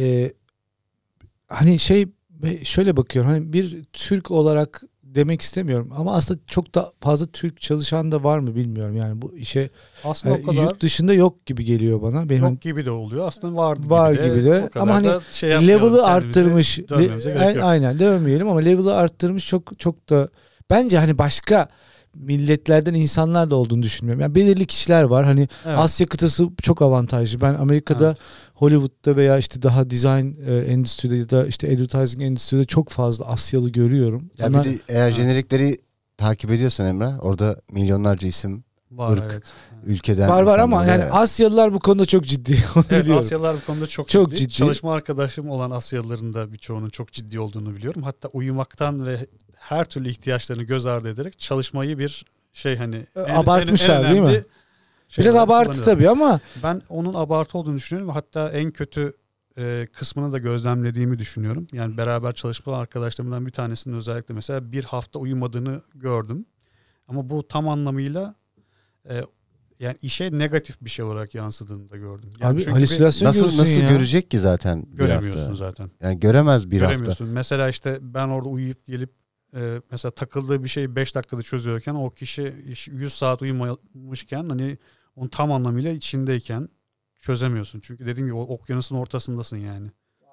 hani şöyle bakıyorum. Hani bir Türk olarak demek istemiyorum ama aslında çok da fazla Türk çalışan da var mı bilmiyorum. Yani bu işe aslında o kadar yurt dışında yok gibi geliyor bana. Benim yok gibi de oluyor. Aslında var gibi de. Ama hani level'ı arttırmış. Aynen dövmeyelim ama level'ı arttırmış çok da bence hani başka milletlerden insanlar da olduğunu düşünmüyorum. Yani belirli kişiler var. Hani Asya kıtası çok avantajlı. Ben Amerika'da Hollywood'da veya işte daha design endüstride ya da işte advertising endüstride çok fazla Asyalı görüyorum. Ya bir de eğer jenerikleri takip ediyorsan Emrah, orada milyonlarca isim var, ırk, ülkeden var ama yani Asyalılar bu konuda çok ciddi. Evet, Asyalılar bu konuda çok ciddi. Çalışma arkadaşım olan Asyalıların da birçoğunun çok ciddi olduğunu biliyorum. Hatta uyumaktan ve her türlü ihtiyaçlarını göz ardı ederek çalışmayı bir abartmışlar değil mi? Biraz abartı tabii ama ben onun abartı olduğunu düşünüyorum. Hatta en kötü kısmını da gözlemlediğimi düşünüyorum. Yani beraber çalışma arkadaşlarımdan bir tanesinin özellikle mesela bir hafta uyumadığını gördüm. Ama bu tam anlamıyla yani işe negatif bir şey olarak yansıdığını da gördüm. Yani abi halüsinasyon nasıl görecek ki zaten bir göremiyorsun hafta. Zaten. Yani göremez bir hafta. Mesela işte ben orada uyuyup gelip mesela takıldığı bir şeyi 5 dakikada çözüyorken o kişi 100 saat uyumamışken hani onu tam anlamıyla içindeyken çözemiyorsun. Çünkü dediğim gibi okyanusun ortasındasın yani.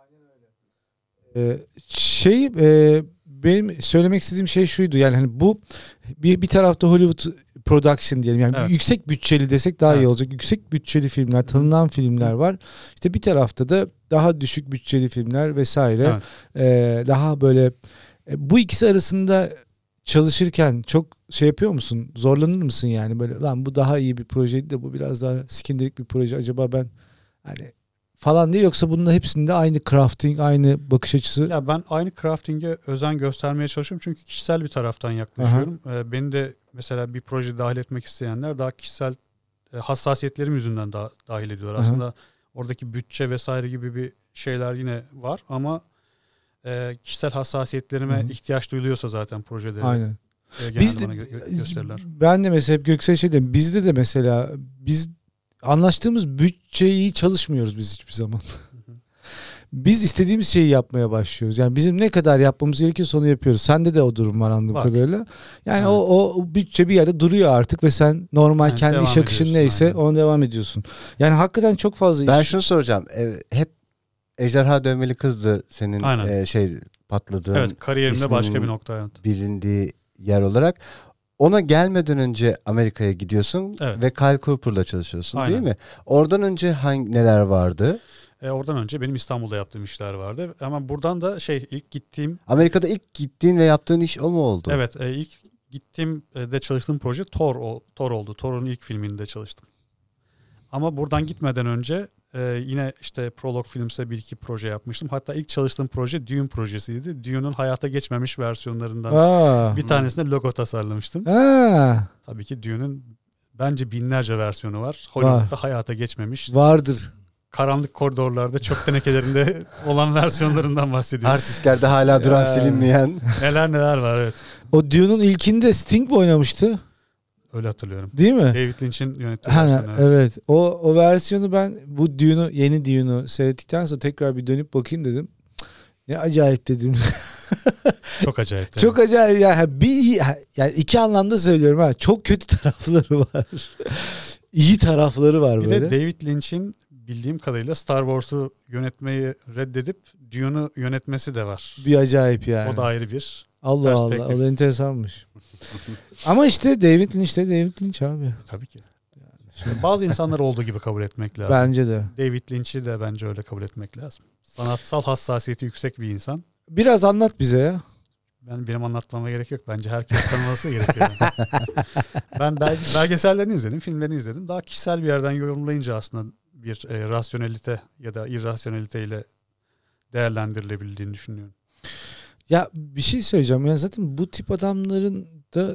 Aynen öyle. Benim söylemek istediğim şey şuydu yani hani bu bir tarafta Hollywood production diyelim yani yüksek bütçeli desek daha iyi olacak. Yüksek bütçeli filmler, tanınan filmler var. İşte bir tarafta da daha düşük bütçeli filmler vesaire. Daha böyle bu ikisi arasında çalışırken çok yapıyor musun? Zorlanır mısın yani böyle lan bu daha iyi bir projeydi de bu biraz daha sikindirik bir proje. Acaba ben hani falan diye yoksa bunun hepsinde aynı crafting, aynı bakış açısı. Ya ben aynı crafting'e özen göstermeye çalışıyorum çünkü kişisel bir taraftan yaklaşıyorum. Beni de mesela bir proje dahil etmek isteyenler daha kişisel hassasiyetlerim yüzünden dahil ediyor. Aslında oradaki bütçe vesaire gibi bir şeyler yine var ama kişisel hassasiyetlerime ihtiyaç duyuluyorsa zaten projede. Aynen. Genelde bana gösterirler. Ben de mesela hep Göksel dedim. Bizde de mesela biz anlaştığımız bütçeyi çalışmıyoruz biz hiçbir zaman. Biz istediğimiz şeyi yapmaya başlıyoruz. Yani bizim ne kadar yapmamız gerekiyorsa onu yapıyoruz. Sende de o durum var anladığım kadarıyla. Yani o bütçe bir yerde duruyor artık ve sen normal kendi iş akışın neyse ona devam ediyorsun. Yani hakikaten çok fazla Ben şunu soracağım. Hep Ejderha Dövmeli Kız'dı senin Aynen. patladığın, Evet, kariyerimde başka bir nokta. Evet. bilindiği yer olarak. Ona gelmeden önce Amerika'ya gidiyorsun Evet. ve Kyle Cooper'la çalışıyorsun, Aynen. değil mi? Oradan önce neler vardı? Oradan önce benim İstanbul'da yaptığım işler vardı. Ama buradan da ilk gittiğim... Amerika'da ilk gittiğin ve yaptığın iş o mu oldu? Evet, ilk gittiğim de çalıştığım proje Thor oldu. Thor'un ilk filminde çalıştım. Ama buradan gitmeden önce yine işte Prolog Films'e bir iki proje yapmıştım. Hatta ilk çalıştığım proje Dune projesiydi. Dune'un hayata geçmemiş versiyonlarından bir tanesine logo tasarlamıştım. Tabii ki Dune'un bence binlerce versiyonu var. Hollywood'da hayata geçmemiş. Vardır. Karanlık koridorlarda çöp tenekelerinde olan versiyonlarından bahsediyoruz. Artistlerde hala duran, silinmeyen. Neler var, evet. O Dune'un ilkinde Sting mi oynamıştı? Öyle hatırlıyorum. Değil mi? David Lynch'in yönettiği versiyonu. Evet. O versiyonu ben bu yeni Dune'u seyrettikten sonra tekrar bir dönüp bakayım dedim. Ne acayip dedim. Çok acayip. Çok acayip ya. Yani iki anlamda söylüyorum ha. Çok kötü tarafları var. İyi tarafları var bir böyle. Bir de David Lynch'in bildiğim kadarıyla Star Wars'u yönetmeyi reddedip Dune'u yönetmesi de var. Bir acayip yani. O da ayrı bir Allah Allah. O da enteresanmış. Ama işte David Lynch abi. Tabii ki. Şimdi bazı insanlar olduğu gibi kabul etmek lazım. Bence de. David Lynch'i de bence öyle kabul etmek lazım. Sanatsal hassasiyeti yüksek bir insan. Biraz anlat bize ya. Benim anlatmama gerek yok. Bence herkes tanıması gerekiyor. Ben belgesellerini izledim, filmlerini izledim. Daha kişisel bir yerden yorumlayınca aslında bir rasyonelite ya da irrasyonelite ile değerlendirilebildiğini düşünüyorum. Ya bir şey söyleyeceğim. Yani zaten bu tip adamların da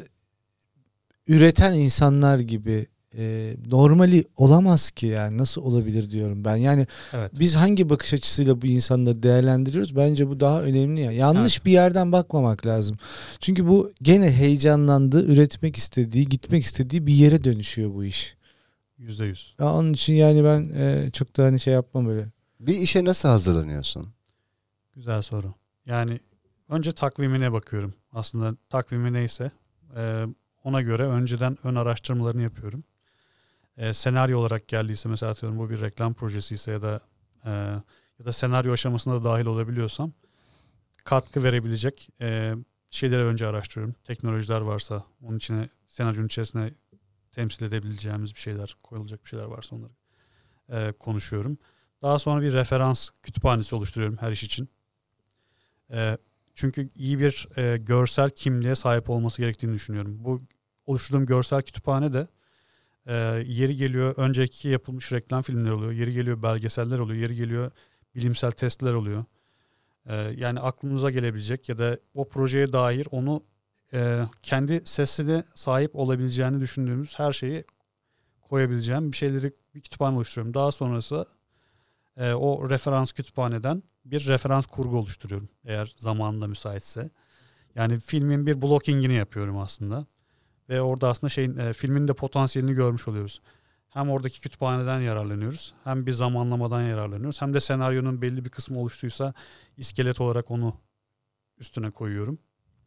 üreten insanlar gibi normali olamaz ki, yani nasıl olabilir diyorum ben. Yani evet. Biz hangi bakış açısıyla bu insanları değerlendiriyoruz? Bence bu daha önemli ya. Yanlış bir yerden bakmamak lazım. Çünkü bu gene heyecanlandığı, üretmek istediği, gitmek istediği bir yere dönüşüyor bu iş. %100. Ya onun için yani ben çok da şey yapmam öyle. Bir işe nasıl hazırlanıyorsun? Güzel soru. Yani önce takvimine bakıyorum. Aslında takvimi neyse ona göre önceden ön araştırmalarını yapıyorum. Senaryo olarak geldiyse, mesela atıyorum bu bir reklam projesi ise ya da senaryo aşamasında da dahil olabiliyorsam katkı verebilecek şeyleri önce araştırıyorum. Teknolojiler varsa onun içine, senaryonun içerisine temsil edebileceğimiz bir şeyler, koyulacak bir şeyler varsa onları konuşuyorum. Daha sonra bir referans kütüphanesi oluşturuyorum her iş için. Çünkü iyi bir görsel kimliğe sahip olması gerektiğini düşünüyorum. Bu oluşturduğum görsel kütüphane de yeri geliyor önceki yapılmış reklam filmleri oluyor. Yeri geliyor belgeseller oluyor. Yeri geliyor bilimsel testler oluyor. Yani aklınıza gelebilecek ya da o projeye dair onu kendi sesine sahip olabileceğini düşündüğümüz her şeyi koyabileceğim bir şeyleri, bir kütüphane oluşturuyorum. Daha sonrası o referans kütüphaneden bir referans kurgu oluşturuyorum. Eğer zamanında müsaitse. Yani filmin bir blockingini yapıyorum aslında. Ve orada aslında filmin de potansiyelini görmüş oluyoruz. Hem oradaki kütüphaneden yararlanıyoruz, hem bir zamanlamadan yararlanıyoruz, hem de senaryonun belli bir kısmı oluştuysa iskelet olarak onu üstüne koyuyorum.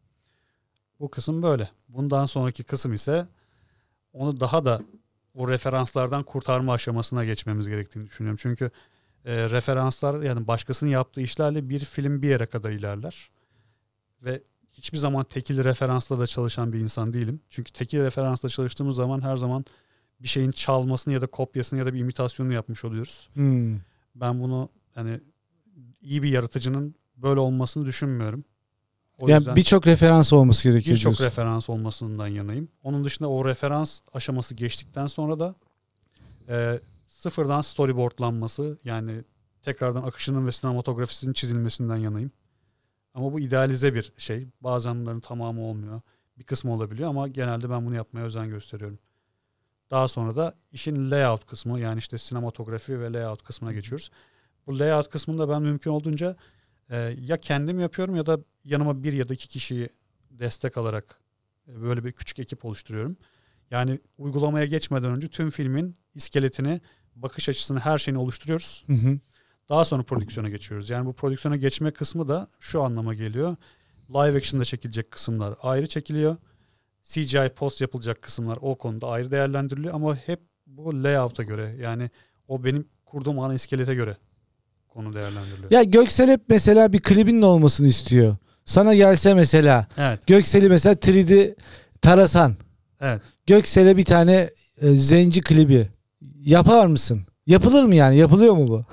Bu kısım böyle. Bundan sonraki kısım ise onu daha da o referanslardan kurtarma aşamasına geçmemiz gerektiğini düşünüyorum. Çünkü referanslar, yani başkasının yaptığı işlerle bir film bir yere kadar ilerler. Ve hiçbir zaman tekil referansla da çalışan bir insan değilim. Çünkü tekil referansla çalıştığımız zaman her zaman bir şeyin çalmasını ya da kopyasını ya da bir imitasyonunu yapmış oluyoruz. Ben bunu, yani iyi bir yaratıcının böyle olmasını düşünmüyorum. O yani birçok referans olması gerekiyor. Birçok referans olmasından yanayım. Onun dışında o referans aşaması geçtikten sonra da sıfırdan storyboardlanması, yani tekrardan akışının ve sinematografisinin çizilmesinden yanayım. Ama bu idealize bir şey. Bazen bunların tamamı olmuyor. Bir kısmı olabiliyor ama genelde ben bunu yapmaya özen gösteriyorum. Daha sonra da işin layout kısmı, yani işte sinematografi ve layout kısmına geçiyoruz. Bu layout kısmında ben mümkün olduğunca ya kendim yapıyorum ya da yanıma bir ya da iki kişiyi destek alarak böyle bir küçük ekip oluşturuyorum. Yani uygulamaya geçmeden önce tüm filmin iskeletini, bakış açısını, her şeyini oluşturuyoruz. Daha sonra prodüksiyona geçiyoruz. Yani bu prodüksiyona geçme kısmı da şu anlama geliyor. Live action'da çekilecek kısımlar ayrı çekiliyor. CGI post yapılacak kısımlar o konuda ayrı değerlendiriliyor. Ama hep bu layout'a göre, yani o benim kurduğum ana iskelete göre konu değerlendiriliyor. Ya Göksel hep mesela bir klibinin olmasını istiyor. Sana gelse mesela Evet. Göksel'i mesela 3D tarasan. Evet. Göksel'e bir tane zenci klibi yapar mısın? Yapılır mı yani? Yapılıyor mu bu?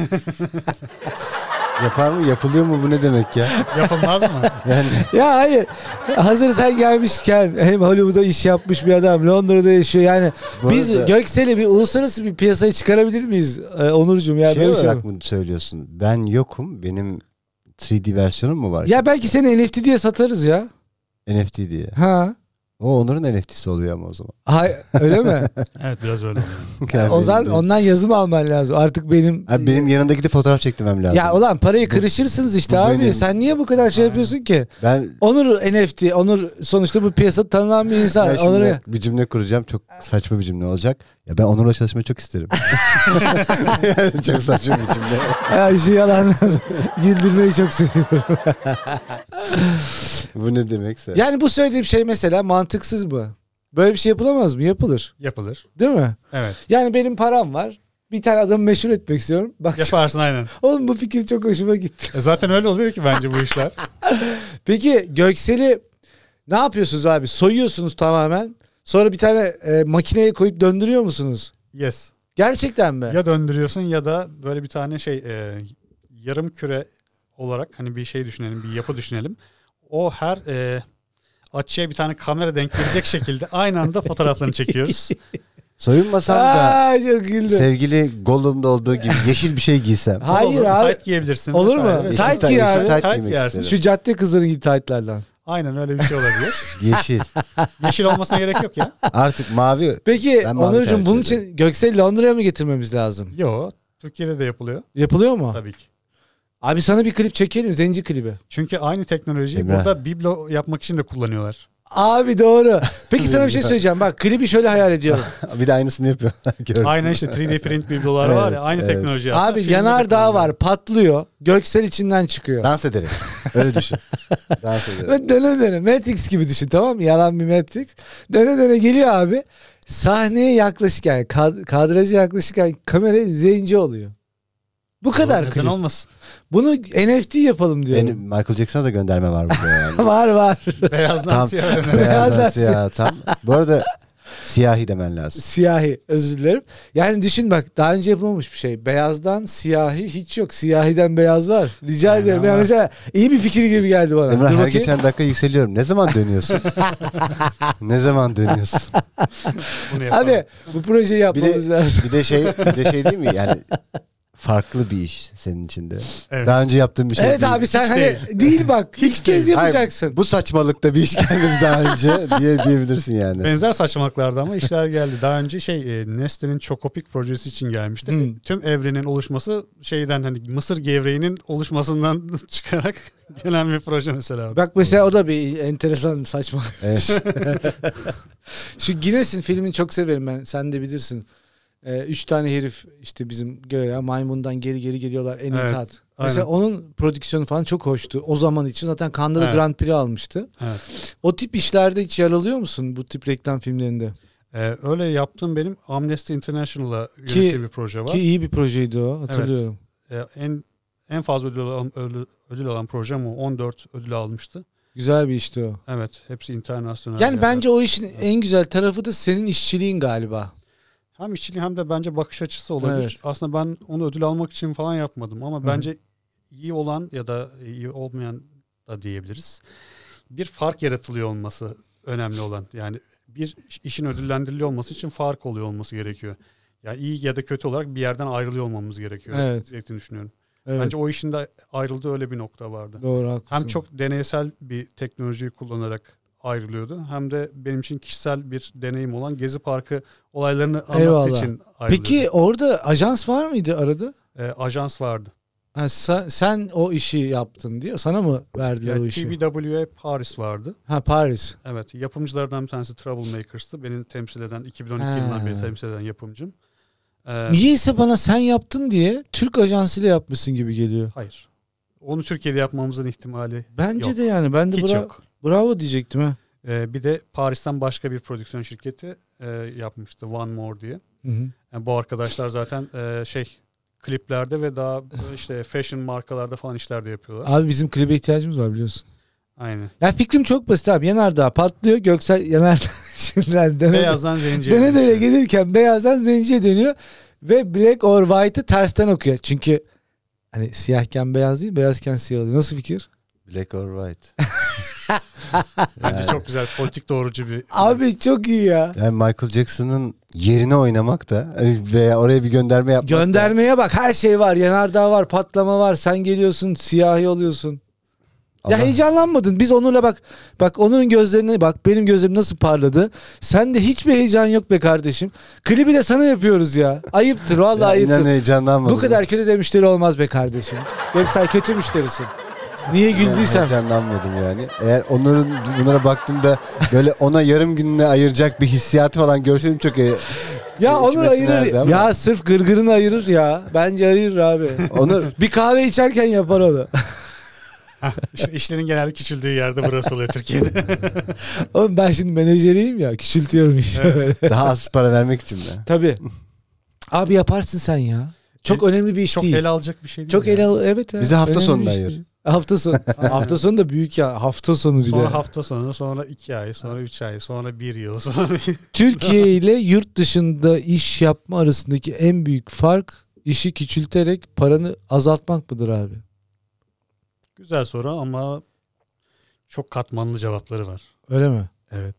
Yapar mı? Yapılıyor mu? Bu ne demek ya? Yapılmaz mı? Yani Ya hayır. Hazır sen gelmişken hem Hollywood'da iş yapmış bir adam, Londra'da yaşıyor. Yani bu biz arada Göksel'i bir uluslararası bir piyasaya çıkarabilir miyiz Onurcuğum? Ya şey böyle şey olarak mi? mı söylüyorsun? Ben yokum. Benim 3D versiyonum mu var? Ya belki seni NFT diye satarız ya. NFT diye. Ha. O Onur'un NFT'si oluyor ama o zaman. Hay öyle mi? Evet, biraz öyle oluyor. Yani O zaman benim- ondan yazım alman lazım. Artık benim Abi benim yanındaki de fotoğraf çektirmem lazım. ya ulan parayı Bu- kırışırsınız işte bu abi. benim- Sen niye bu kadar şey Aynen. yapıyorsun ki? Ben Onur NFT, Onur sonuçta bu piyasada tanınan bir insan. Ben şimdi Onur'u bir cümle kuracağım. Çok saçma bir cümle olacak. Ya ben Onur'la çalışmayı çok isterim. Yani çok saçma bir cümle. ya şu yalanlar güldürmeyi çok seviyorum. Bu ne demekse. Yani bu söylediğim şey mesela mantıksız mı? Böyle bir şey yapılamaz mı? Yapılır. Yapılır. Değil mi? Evet. Yani benim param var. Bir tane adamı meşhur etmek istiyorum. Bak Yaparsın aynen. oğlum bu fikir çok hoşuma gitti. Zaten öyle oluyor ki bence bu işler. Peki Göksel'i ne yapıyorsunuz abi? Soyuyorsunuz tamamen. Sonra bir tane makineye koyup döndürüyor musunuz? Yes. Gerçekten mi? Ya döndürüyorsun ya da böyle bir tane yarım küre olarak hani bir şey düşünelim, bir yapı düşünelim. O her açıya bir tane kamera denk gelecek şekilde aynı anda fotoğraflarını çekiyoruz. Soyunmasam da Aa, çok güldüm. sevgili Gollum'da olduğu gibi yeşil bir şey giysem. Hayır Olur, abi. Tight giyebilirsin. Olur mu? vesaire. Yeşil Tight ta- giy yeşil abi. tight Tight giymek giyersin. isterim. Şu cadde kızların gibi taytlardan. Aynen öyle bir şey olabilir. Yeşil. Yeşil olmasına gerek yok ya. Artık mavi. Peki Ben mavi Onurcuğum tercih bunun ederim. için Göksel'i Londra'ya mı getirmemiz lazım? Yo, Türkiye'de de yapılıyor Yapılıyor mu? tabii ki. Abi sana bir klip çekelim. Zenci klibi. Çünkü aynı teknolojiyi Emrah. burada biblo yapmak için de kullanıyorlar. Abi doğru. Peki sana bir şey söyleyeceğim. Bak klibi şöyle hayal ediyorum. Bir de aynısını yapıyorlar. Gördüm. Aynen işte 3D print biblolar var ya, Evet, aynı evet. teknoloji aslında. Abi Filmde de yanardağ kullanılıyor. var patlıyor. Göksel içinden çıkıyor. Dans ederim. Öyle düşün. Dans ederim. Ve döne döne Matrix gibi düşün, tamam mı? Yalan bir Matrix. Döne döne geliyor abi. Sahneye yaklaşırken, kadraja yaklaşırken kamera zenci oluyor. Bu kadar Neden klip. olmasın? Bunu NFT yapalım diyorum. Benim Michael Jackson'a da gönderme var burada yani. Var var. Beyazdan Tam siyah öne. beyazdan Beyazdan siyah tam. Bu arada siyahi demen lazım. Siyahi, özür dilerim. Yani düşün bak, daha önce yapılmamış bir şey. Beyazdan siyahi hiç yok. Siyahiden beyaz var. Rica Aynen ederim. Yani var. mesela iyi bir fikir gibi geldi bana. Emrah Dur her bakayım. geçen dakika yükseliyorum. Ne zaman dönüyorsun? Ne zaman dönüyorsun? Bunu yapalım. Abi bu projeyi yapmamız lazım. Bir de şey değil mi? Yani farklı bir iş senin içinde. Evet. Daha önce yaptığın bir şey Evet değil. abi sen Hiç hani değil. değil bak ilk kez Hayır, yapacaksın. bu saçmalıkta bir iş gelmedi daha önce diyebilirsin yani. Benzer saçmalıklardı ama işler geldi. Daha önce Nestle'nin Chocopik projesi için gelmişti. Hmm. Tüm evrenin oluşması şeyden hani Mısır gevreğinin oluşmasından çıkarak gelen bir proje mesela. Bak mesela o da bir enteresan saçma. Evet. Şu Guinness'in filmini çok severim ben. Sen de bilirsin. 3 tane herif işte bizim göğe maymundan geri geri geliyorlar en iyi Evet, tat. Mesela aynen. onun prodüksiyonu falan çok hoştu. O zaman için zaten Cannes'da da Evet. Grand Prix almıştı. Evet. O tip işlerde hiç yer alıyor musun bu tip reklam filmlerinde? Öyle yaptığım benim Amnesty International'la Ki- yönettiği bir proje var. Ki iyi bir projeydi o, hatırlıyorum. En fazla ödül alan projem o. 14 ödül almıştı. Güzel bir işti o. Evet, hepsi internasyonel. Yani yerler. bence o işin en güzel tarafı da senin işçiliğin galiba. Hem işçiliği hem de bence bakış açısı olabilir. Evet. Aslında ben onu ödül almak için falan yapmadım ama Hı hı. bence iyi olan ya da iyi olmayan da diyebiliriz. Bir fark yaratılıyor olması önemli olan. Yani bir işin ödüllendiriliyor olması için fark oluyor olması gerekiyor. Yani iyi ya da kötü olarak bir yerden ayrılıyor olmamız gerekiyor. Evet. Gerektiğini düşünüyorum. Evet. Bence o işin de ayrıldığı öyle bir nokta vardı. Doğru, haklısın. Hem çok deneysel bir teknolojiyi kullanarak ayrılıyordu. Hem de benim için kişisel bir deneyim olan Gezi Parkı olaylarını anlattığı Eyvallah. için ayrılıyordu. Peki orada ajans var mıydı arada? Ajans vardı. Ha, sen o işi yaptın diye sana mı verdiler o işi? TBWA Paris vardı. Ha, Paris. Evet. Yapımcılardan bir tanesi Troublemakers'tı. Beni temsil eden, 2012 Ha. yılından beri temsil eden yapımcım. Niyeyse bana sen yaptın diye Türk ajansıyla yapmışsın gibi geliyor. Hayır. Onu Türkiye'de yapmamızın ihtimali Bence yok. de yani. Ben de Hiç yok. bravo diyecektim ha. Bir de Paris'ten başka bir prodüksiyon şirketi yapmıştı. One More diye. Hı hı. Yani bu arkadaşlar zaten kliplerde ve daha işte fashion markalarda falan işler de yapıyorlar. Abi bizim klibe ihtiyacımız var biliyorsun. Aynen. Ya fikrim çok basit abi. Yanardağ patlıyor. Göksel Yanardağ şimdiden Beyazdan zenciye döne dönüşüyor. gelirken beyazdan zenciye dönüyor. Ve black or white'ı tersten okuyor. Çünkü hani siyahken beyaz değil, beyazken siyah oluyor. Nasıl fikir? Black or white. Bence çok güzel politik doğrucu bir... Abi çok iyi ya. Yani Michael Jackson'ın yerine oynamak da veya oraya bir gönderme yapmak da. Göndermeye bak, her şey var. Yanardağ var, patlama var. Sen geliyorsun, siyahi oluyorsun. Ya Allah- heyecanlanmadın. Biz Onur'la bak Onur'un gözlerine bak, benim gözlerim nasıl parladı. Sende hiçbir heyecan yok be kardeşim. Klibi de sana yapıyoruz ya. Ayıptır vallahi, Ya ayıptır. inan heyecanlanmadım. Bu kadar kötü de müşteri olmaz be kardeşim. Göksel kötü müşterisin. Niye güldüysem. Heyecanlanmadım yani. Eğer bunlara baktığımda böyle ona yarım gününe ayıracak bir hissiyatı falan görseydim çok iyi. Ya Onur içime ayırır. sinerdi ama. Ya sırf gırgırını ayırır ya. Bence ayırır abi. Onur Bir kahve içerken yapar onu. İşte işlerin genelde küçüldüğü yerde burası oluyor Türkiye'de. Oğlum ben şimdi menajeriyim ya. Küçültüyorum işi. daha az para vermek için mi? Tabii. Abi yaparsın sen ya. Çok önemli bir iş Çok değil. ele alacak bir şey değil. Çok ya. ele al, evet ya. Bize hafta Önemli sonunda bir iş ayır. değil. Hafta sonu. Hafta sonu da büyük ya. Hafta sonu bir de. Sonra hafta sonu, sonra 2 ay, sonra 3 ay, sonra 1 yıl, sonra... Türkiye ile yurt dışında iş yapma arasındaki en büyük fark işi küçülterek paranı azaltmak mıdır abi? Güzel soru ama çok katmanlı cevapları var. Öyle mi? Evet.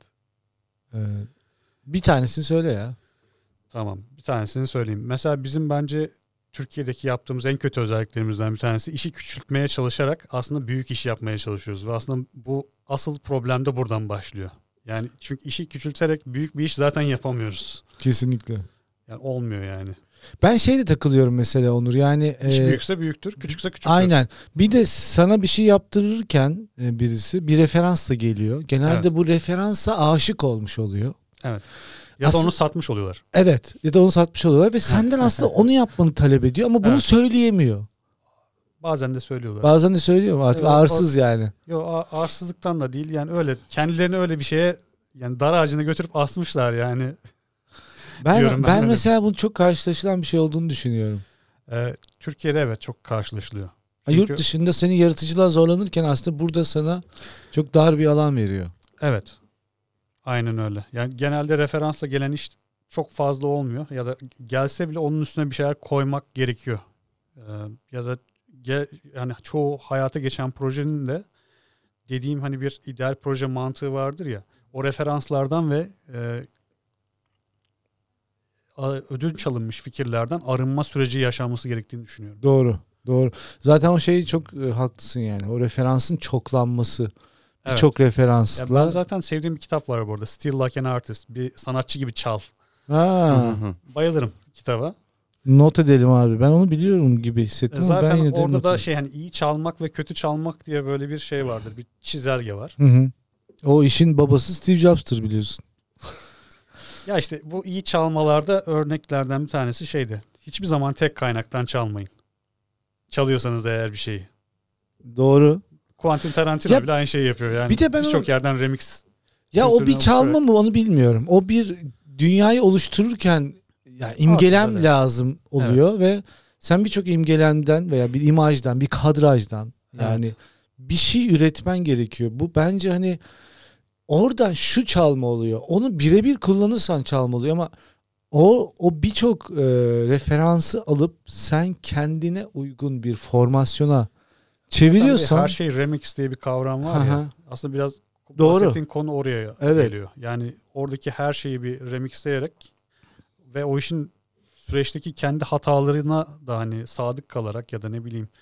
Bir tanesini söyle ya. Tamam. Bir tanesini söyleyeyim. Mesela bizim bence Türkiye'deki yaptığımız en kötü özelliklerimizden bir tanesi, işi küçültmeye çalışarak aslında büyük iş yapmaya çalışıyoruz. Ve aslında bu asıl problem de buradan başlıyor. Yani çünkü işi küçülterek büyük bir iş zaten yapamıyoruz. Kesinlikle. Yani olmuyor yani. Ben şeyde takılıyorum mesela Onur. Yani İş büyükse büyüktür, küçükse küçüktür. aynen. Bir de sana bir şey yaptırırken birisi bir referansla geliyor. Genelde Evet. bu referansa aşık olmuş oluyor. Evet. Ya da onu satmış oluyorlar. Evet. Ya da onu satmış oluyorlar ve senden aslında onu yapmanı talep ediyor ama bunu Evet. söyleyemiyor. Bazen de söylüyorlar. Bazen de söylüyor mu? Artık Evet, arsız yani. Yo, arsızlıktan da değil yani, öyle kendilerini öyle bir şeye, yani dar ağacına götürüp asmışlar yani. Diyorum ben Ben öyle. mesela bunun çok karşılaşılan bir şey olduğunu düşünüyorum. Türkiye'de evet çok karşılaşılıyor. Yurt Çünkü- dışında seni yaratıcılığa zorlanırken aslında burada sana çok dar bir alan veriyor. Evet. Aynen öyle. Yani genelde referansla gelen iş çok fazla olmuyor ya da gelse bile onun üstüne bir şeyler koymak gerekiyor. Ya da yani çoğu hayata geçen projenin de dediğim hani bir ideal proje mantığı vardır ya. O referanslardan ve ödünç alınmış fikirlerden arınma süreci yaşanması gerektiğini düşünüyorum. Doğru. Doğru. Zaten o şeyi çok haklısın yani. O referansın çoklanması. Evet. Birçok Ya referansla. ben zaten sevdiğim bir kitap var bu arada. Still Like an Artist. Bir sanatçı gibi çal. Ha, Bayılırım kitaba. not edelim abi. Ben onu biliyorum gibi hissettim ama Zaten ben yine de orada not da edeyim. şey, hani iyi çalmak ve kötü çalmak diye böyle bir şey vardır. Bir çizelge var. Hı hı. O işin babası Steve Jobs'tır biliyorsun. Ya işte bu iyi çalmalarda örneklerden bir tanesi şeydi. Hiçbir zaman tek kaynaktan çalmayın. Çalıyorsanız da eğer bir şeyi. Doğru. Quentin Tarantino Ya, bile aynı şeyi yapıyor. Yani bir de ben birçok yerden remix. Ya o bir kültürüne çalma bakarak. mı onu bilmiyorum. O bir dünyayı oluştururken ya imgelem Aslında öyle. lazım oluyor ve sen birçok imgelenden veya bir imajdan, bir kadrajdan yani bir şey üretmen gerekiyor. Bu bence hani oradan şu çalma oluyor. Onu birebir kullanırsan çalma oluyor ama o birçok referansı alıp sen kendine uygun bir formasyona çeviriyorsan Her şey remix diye bir kavram var Hı ya. hı. Aslında biraz Doğru. bahsettiğin konu oraya Evet. geliyor. Yani oradaki her şeyi bir remixleyerek ve o işin süreçteki kendi hatalarına da hani sadık kalarak ya da ne bileyim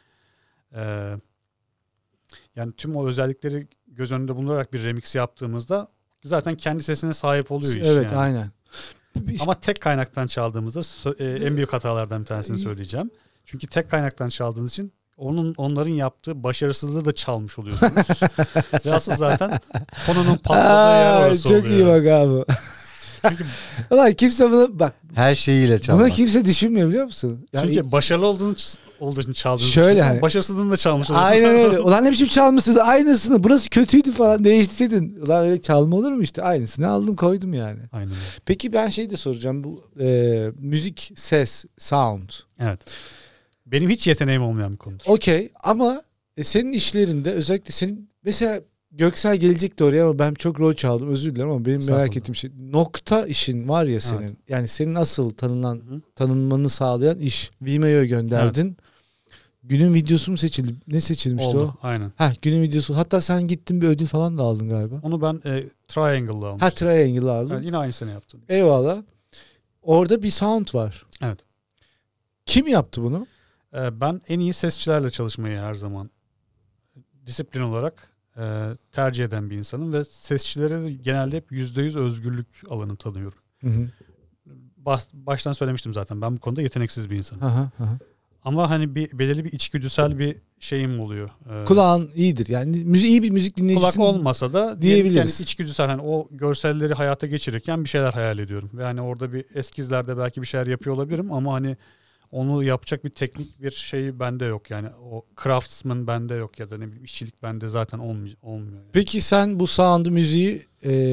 yani tüm o özellikleri göz önünde bulundurarak bir remix yaptığımızda zaten kendi sesine sahip oluyor iş. evet yani. aynen. Ama tek kaynaktan çaldığımızda en büyük hatalardan bir tanesini söyleyeceğim. Çünkü tek kaynaktan çaldığınız için onların yaptığı başarısızlığı da çalmış oluyorsunuz. Ve asıl zaten konunun patladığı yer orası çok oluyor. iyi bak abi. Çünkü, Ulan kimse buna bak. Her şeyiyle Buna çalmak. kimse düşünmüyor biliyor musun? Yani çünkü başarılı olduğu için çaldığınız Şöyle için hani- başarısızlığını da çalmış oluyorsunuz. aynen öyle. Ulan ne biçim çalmışsınız aynısını. Burası kötüydü falan değiştirdin. Ulan öyle çalma olur mu işte? Aynısını aldım koydum yani. Aynen öyle. Peki ben şey de soracağım. Bu müzik, ses, sound. Evet. benim hiç yeteneğim olmayan bir konudur. Okey ama senin işlerinde özellikle senin mesela Göksel gelecekti oraya ama ben çok rol çaldım, özür dilerim ama benim merak ettiğim şey nokta işin var ya senin. Evet. Yani senin asıl Hı-hı. tanınmanı sağlayan iş. Vimeo'ya gönderdin. Evet. Günün videosu mu seçildi? Ne seçilmişti oldu, o? aynen. Günün videosu. Hatta sen gittin bir ödül falan da aldın galiba. Onu ben Triangle'da almıştım. Triangle'da aldın. Evet, yine aynısını yaptım. Eyvallah. Orada bir sound var. Evet. Kim yaptı bunu? Ben en iyi sesçilerle çalışmayı her zaman disiplin olarak tercih eden bir insanım ve sesçilere de genelde hep %100 özgürlük alanı tanıyorum. Hı. Baştan söylemiştim zaten, ben bu konuda yeteneksiz bir insanım. Hı. Ama hani belirli bir içgüdüsel bir şeyim oluyor. Kulağın iyidir. Yani iyi bir müzik dinleyicisi. Kulak olmasa da diyebiliriz. Yani içgüdüsel, hani o görselleri hayata geçirirken bir şeyler hayal ediyorum. Ve hani orada bir eskizlerde belki bir şeyler yapıyor olabilirim ama hani onu yapacak bir teknik bir şey bende yok. Yani o craftsman bende yok ya da ne bileyim işçilik bende zaten olmuyor. Yani. Peki sen bu sound'u, müziği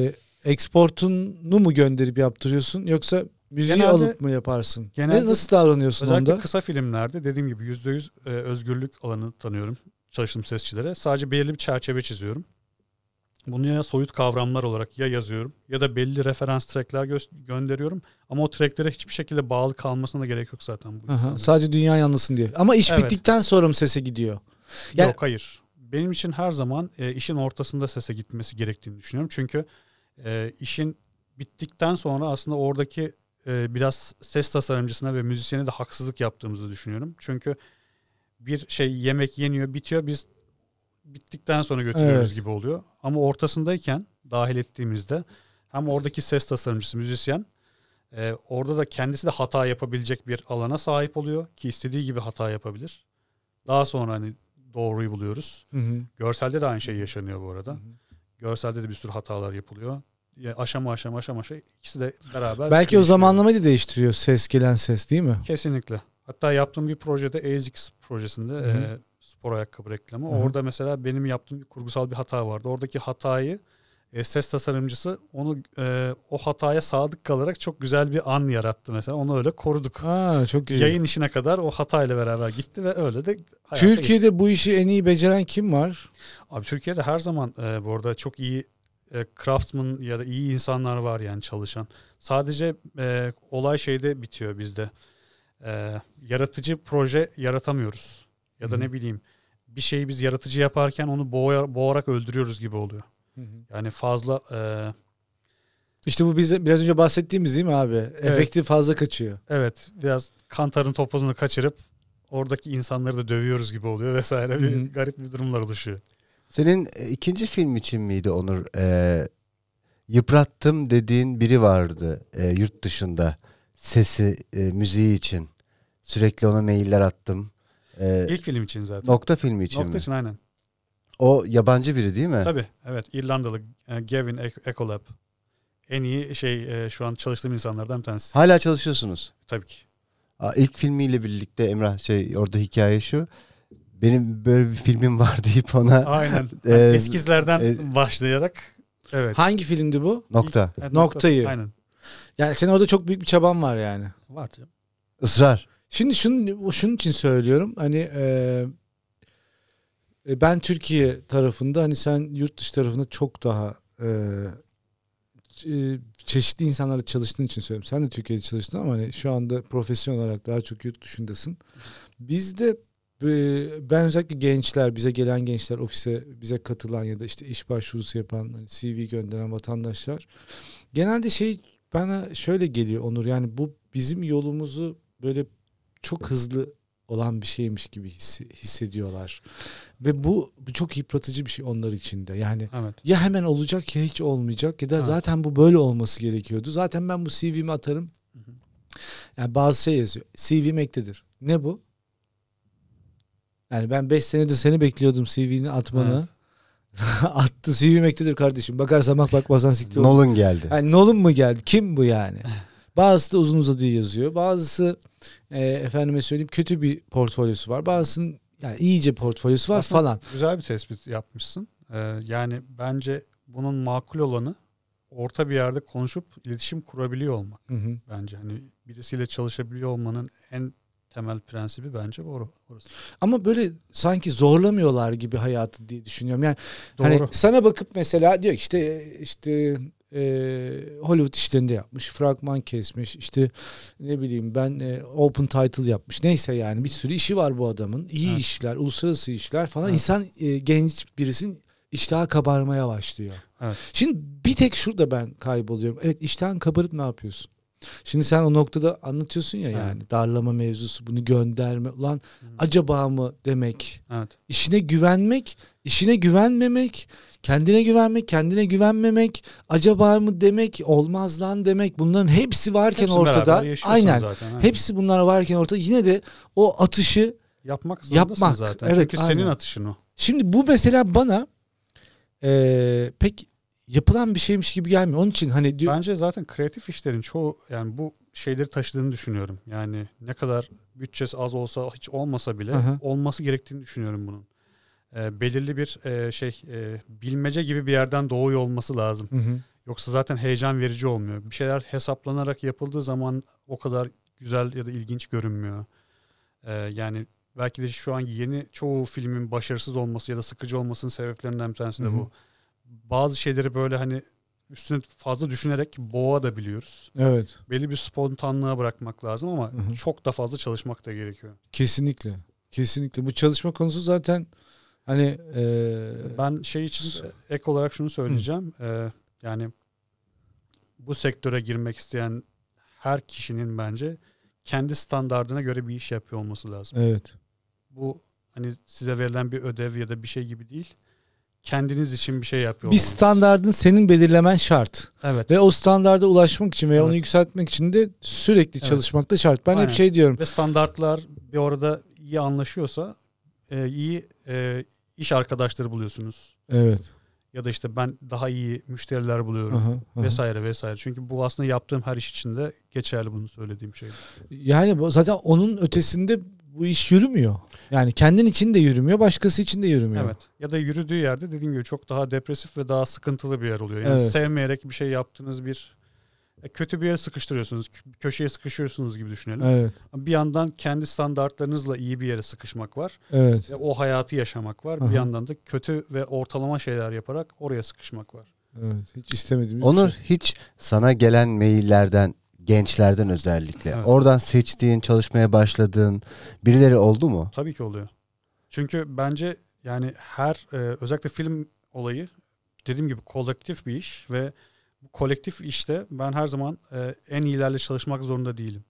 exportunu mu gönderip yaptırıyorsun yoksa müziği genelde, alıp mı yaparsın? Nasıl davranıyorsun özellikle onda? Özellikle kısa filmlerde dediğim gibi %100 özgürlük alanı tanıyorum çalıştığım sesçilere. Sadece belirli bir çerçeve çiziyorum. Bunu ya soyut kavramlar olarak ya yazıyorum ya da belli referans trackler gönderiyorum. Ama o tracklere hiçbir şekilde bağlı kalmasına da gerek yok zaten. Sadece dünya yanlısın diye. Ama iş bittikten sonra mı sese gidiyor? Yok, hayır. Benim için her zaman işin ortasında sese gitmesi gerektiğini düşünüyorum. Çünkü işin bittikten sonra aslında oradaki biraz ses tasarımcısına ve müzisyene de haksızlık yaptığımızı düşünüyorum. Çünkü bir yemek yeniyor, bitiyor. Biz bittikten sonra götürüyoruz gibi oluyor. Ama ortasındayken dahil ettiğimizde hem oradaki ses tasarımcısı, müzisyen orada da kendisi de hata yapabilecek bir alana sahip oluyor ki istediği gibi hata yapabilir. Daha sonra hani doğruyu buluyoruz. Hı. Görselde de aynı şey yaşanıyor bu arada. Hı. Görselde de bir sürü hatalar yapılıyor. Aşama ikisi de beraber. Belki o zamanlamayı da değiştiriyor gelen ses değil mi? Kesinlikle. Hatta yaptığım bir projede ASICS projesinde spor ayakkabı reklamı. Hı-hı. Orada mesela benim yaptığım bir kurgusal bir hata vardı. Oradaki hatayı ses tasarımcısı onu o hataya sadık kalarak çok güzel bir an yarattı mesela. Onu öyle koruduk. Çok iyi. Yayın işine kadar o hatayla beraber gitti ve öyle de Türkiye'de geçti. Bu işi en iyi beceren kim var? Abi Türkiye'de her zaman bu arada çok iyi craftsman ya da iyi insanlar var yani çalışan. Sadece olay şeyde bitiyor bizde. Yaratıcı proje yaratamıyoruz. Ya da ne bileyim bir şeyi biz yaratıcı yaparken onu boğarak öldürüyoruz gibi oluyor. Yani fazla İşte bu biraz önce bahsettiğimiz değil mi abi? Evet. Efekti fazla kaçıyor. Evet. Biraz kantarın topuzunu kaçırıp oradaki insanları da dövüyoruz gibi oluyor vesaire. Bir garip bir durumlar oluşuyor. Senin ikinci film için miydi Onur? Yıprattım dediğin biri vardı yurt dışında. Sesi, müziği için. Sürekli ona mailler attım. İlk film için zaten. Nokta filmi için Nokta için aynen. O yabancı biri değil mi? Tabii. Evet. İrlandalı Gavin Ecolab. En iyi şu an çalıştığım insanlardan bir tanesi. Hala çalışıyorsunuz. Tabii ki. İlk filmiyle birlikte Emrah orada hikaye şu. Benim böyle bir filmim var deyip ona. Aynen. Eskizlerden başlayarak. Evet. Hangi filmdi bu? Nokta. Noktayı. Aynen. Yani senin orada çok büyük bir çaban var yani. Var canım. Israr. Şimdi şunun için söylüyorum. Hani ben Türkiye tarafında, hani sen yurt dışı tarafında çok daha çeşitli insanlarla çalıştığın için söylüyorum. Sen de Türkiye'de çalıştın ama hani şu anda profesyonel olarak daha çok yurt dışındasın. Bizde ben özellikle gençler, bize gelen gençler, ofise bize katılan ya da işte iş başvurusu yapan, hani CV gönderen vatandaşlar genelde bana şöyle geliyor Onur, yani bu bizim yolumuzu böyle çok hızlı olan bir şeymiş gibi hissediyorlar. Ve bu çok yıpratıcı bir şey onlar için de. Yani evet. Ya hemen olacak ya hiç olmayacak ya da zaten bu böyle olması gerekiyordu. Zaten ben bu CV'mi atarım. Hı-hı. Yani bazı yazıyor. CV'm ektedir. Ne bu? Yani ben 5 senedir seni bekliyordum CV'ni atmanı. Evet. Attı, CV'm ektedir kardeşim. Bakarsan bakmazsan siktir. Nolan geldi. Yani Nolan mı geldi? Kim bu yani? Bazısı da uzun uzadığı yazıyor. Bazısı efendime söyleyeyim kötü bir portfolyosu var. Bazısının yani iyice portfolyosu var aslında falan. Güzel bir tespit yapmışsın. Yani bence bunun makul olanı orta bir yerde konuşup iletişim kurabiliyor olmak. Hı. Bence hani birisiyle çalışabiliyor olmanın en temel prensibi bence orası. Ama böyle sanki zorlamıyorlar gibi hayatı diye düşünüyorum. Yani Doğru. hani sana bakıp mesela diyor işte Hollywood işlerinde yapmış, fragman kesmiş, işte ne bileyim ben open title yapmış. Neyse yani bir sürü işi var bu adamın. İyi Evet. işler, uluslararası işler falan. Evet. İnsan genç birisinin iştahı kabarmaya başlıyor. Evet. Şimdi bir tek şurada ben kayboluyorum. Evet, iştahın kabarıp ne yapıyorsun? Şimdi sen o noktada anlatıyorsun ya, yani darlama mevzusu, bunu gönderme. Ulan acaba mı demek, Evet. işine güvenmek, işine güvenmemek, kendine güvenmek, kendine güvenmemek, acaba mı demek, olmaz lan demek, bunların hepsi varken Hepsi ortada. beraber yaşıyorsun Aynen. zaten. Hepsi bunlar varken ortada, yine de o atışı yapmak zorundasın yapmak. zaten. Evet, Çünkü aynen. senin atışın o. Şimdi bu mesela bana pek yapılan bir şeymiş gibi gelmiyor. Onun için hani diyor, Bence zaten kreatif işlerin çoğu yani bu şeyleri taşıdığını düşünüyorum. Yani ne kadar bütçesi az olsa, hiç olmasa bile olması gerektiğini düşünüyorum bunun. Belirli bir bilmece gibi bir yerden doğuyor olması lazım. Yoksa zaten heyecan verici olmuyor. Bir şeyler hesaplanarak yapıldığı zaman o kadar güzel ya da ilginç görünmüyor. Yani belki de şu an yeni çoğu filmin başarısız olması ya da sıkıcı olmasının sebeplerinden bir tanesi de bu. Bazı şeyleri böyle hani üstüne fazla düşünerek boğabiliyoruz. Evet. Belli bir spontanlığa bırakmak lazım ama çok da fazla çalışmak da gerekiyor. Kesinlikle. Kesinlikle. Bu çalışma konusu zaten hani ben şey için ek olarak şunu söyleyeceğim. Yani bu sektöre girmek isteyen her kişinin bence kendi standardına göre bir iş yapıyor olması lazım. Evet. Bu hani size verilen bir ödev ya da bir şey gibi değil. Kendiniz için bir şey yapıyor Bir olmanız. standardın senin belirlemen şart. Evet. Ve o standarda ulaşmak için veya onu yükseltmek için de sürekli çalışmak da şart. Ben hep şey diyorum. Ve standartlar bir orada iyi anlaşıyorsa iyi iş arkadaşları buluyorsunuz. Evet. Ya da işte ben daha iyi müşteriler buluyorum vesaire vesaire. Çünkü bu aslında yaptığım her iş için de geçerli, bunu söylediğim şey. Yani zaten onun ötesinde bu iş yürümüyor. Yani kendin için de yürümüyor, başkası için de yürümüyor. Evet. Ya da yürüdüğü yerde dediğim gibi çok daha depresif ve daha sıkıntılı bir yer oluyor. Yani sevmeyerek bir şey yaptığınız kötü bir yere sıkıştırıyorsunuz. Köşeye sıkışıyorsunuz gibi düşünelim. Evet. Bir yandan kendi standartlarınızla iyi bir yere sıkışmak var. Evet. Ve o hayatı yaşamak var. Bir yandan da kötü ve ortalama şeyler yaparak oraya sıkışmak var. Evet. Hiç istemediğimiz Onur, bir şey. hiç sana gelen maillerden, gençlerden özellikle oradan seçtiğin, çalışmaya başladığın birileri oldu mu? Tabii ki oluyor. Çünkü bence yani özellikle film olayı dediğim gibi kolektif bir iş ve bu kolektif işte ben her zaman en iyilerle çalışmak zorunda değilim.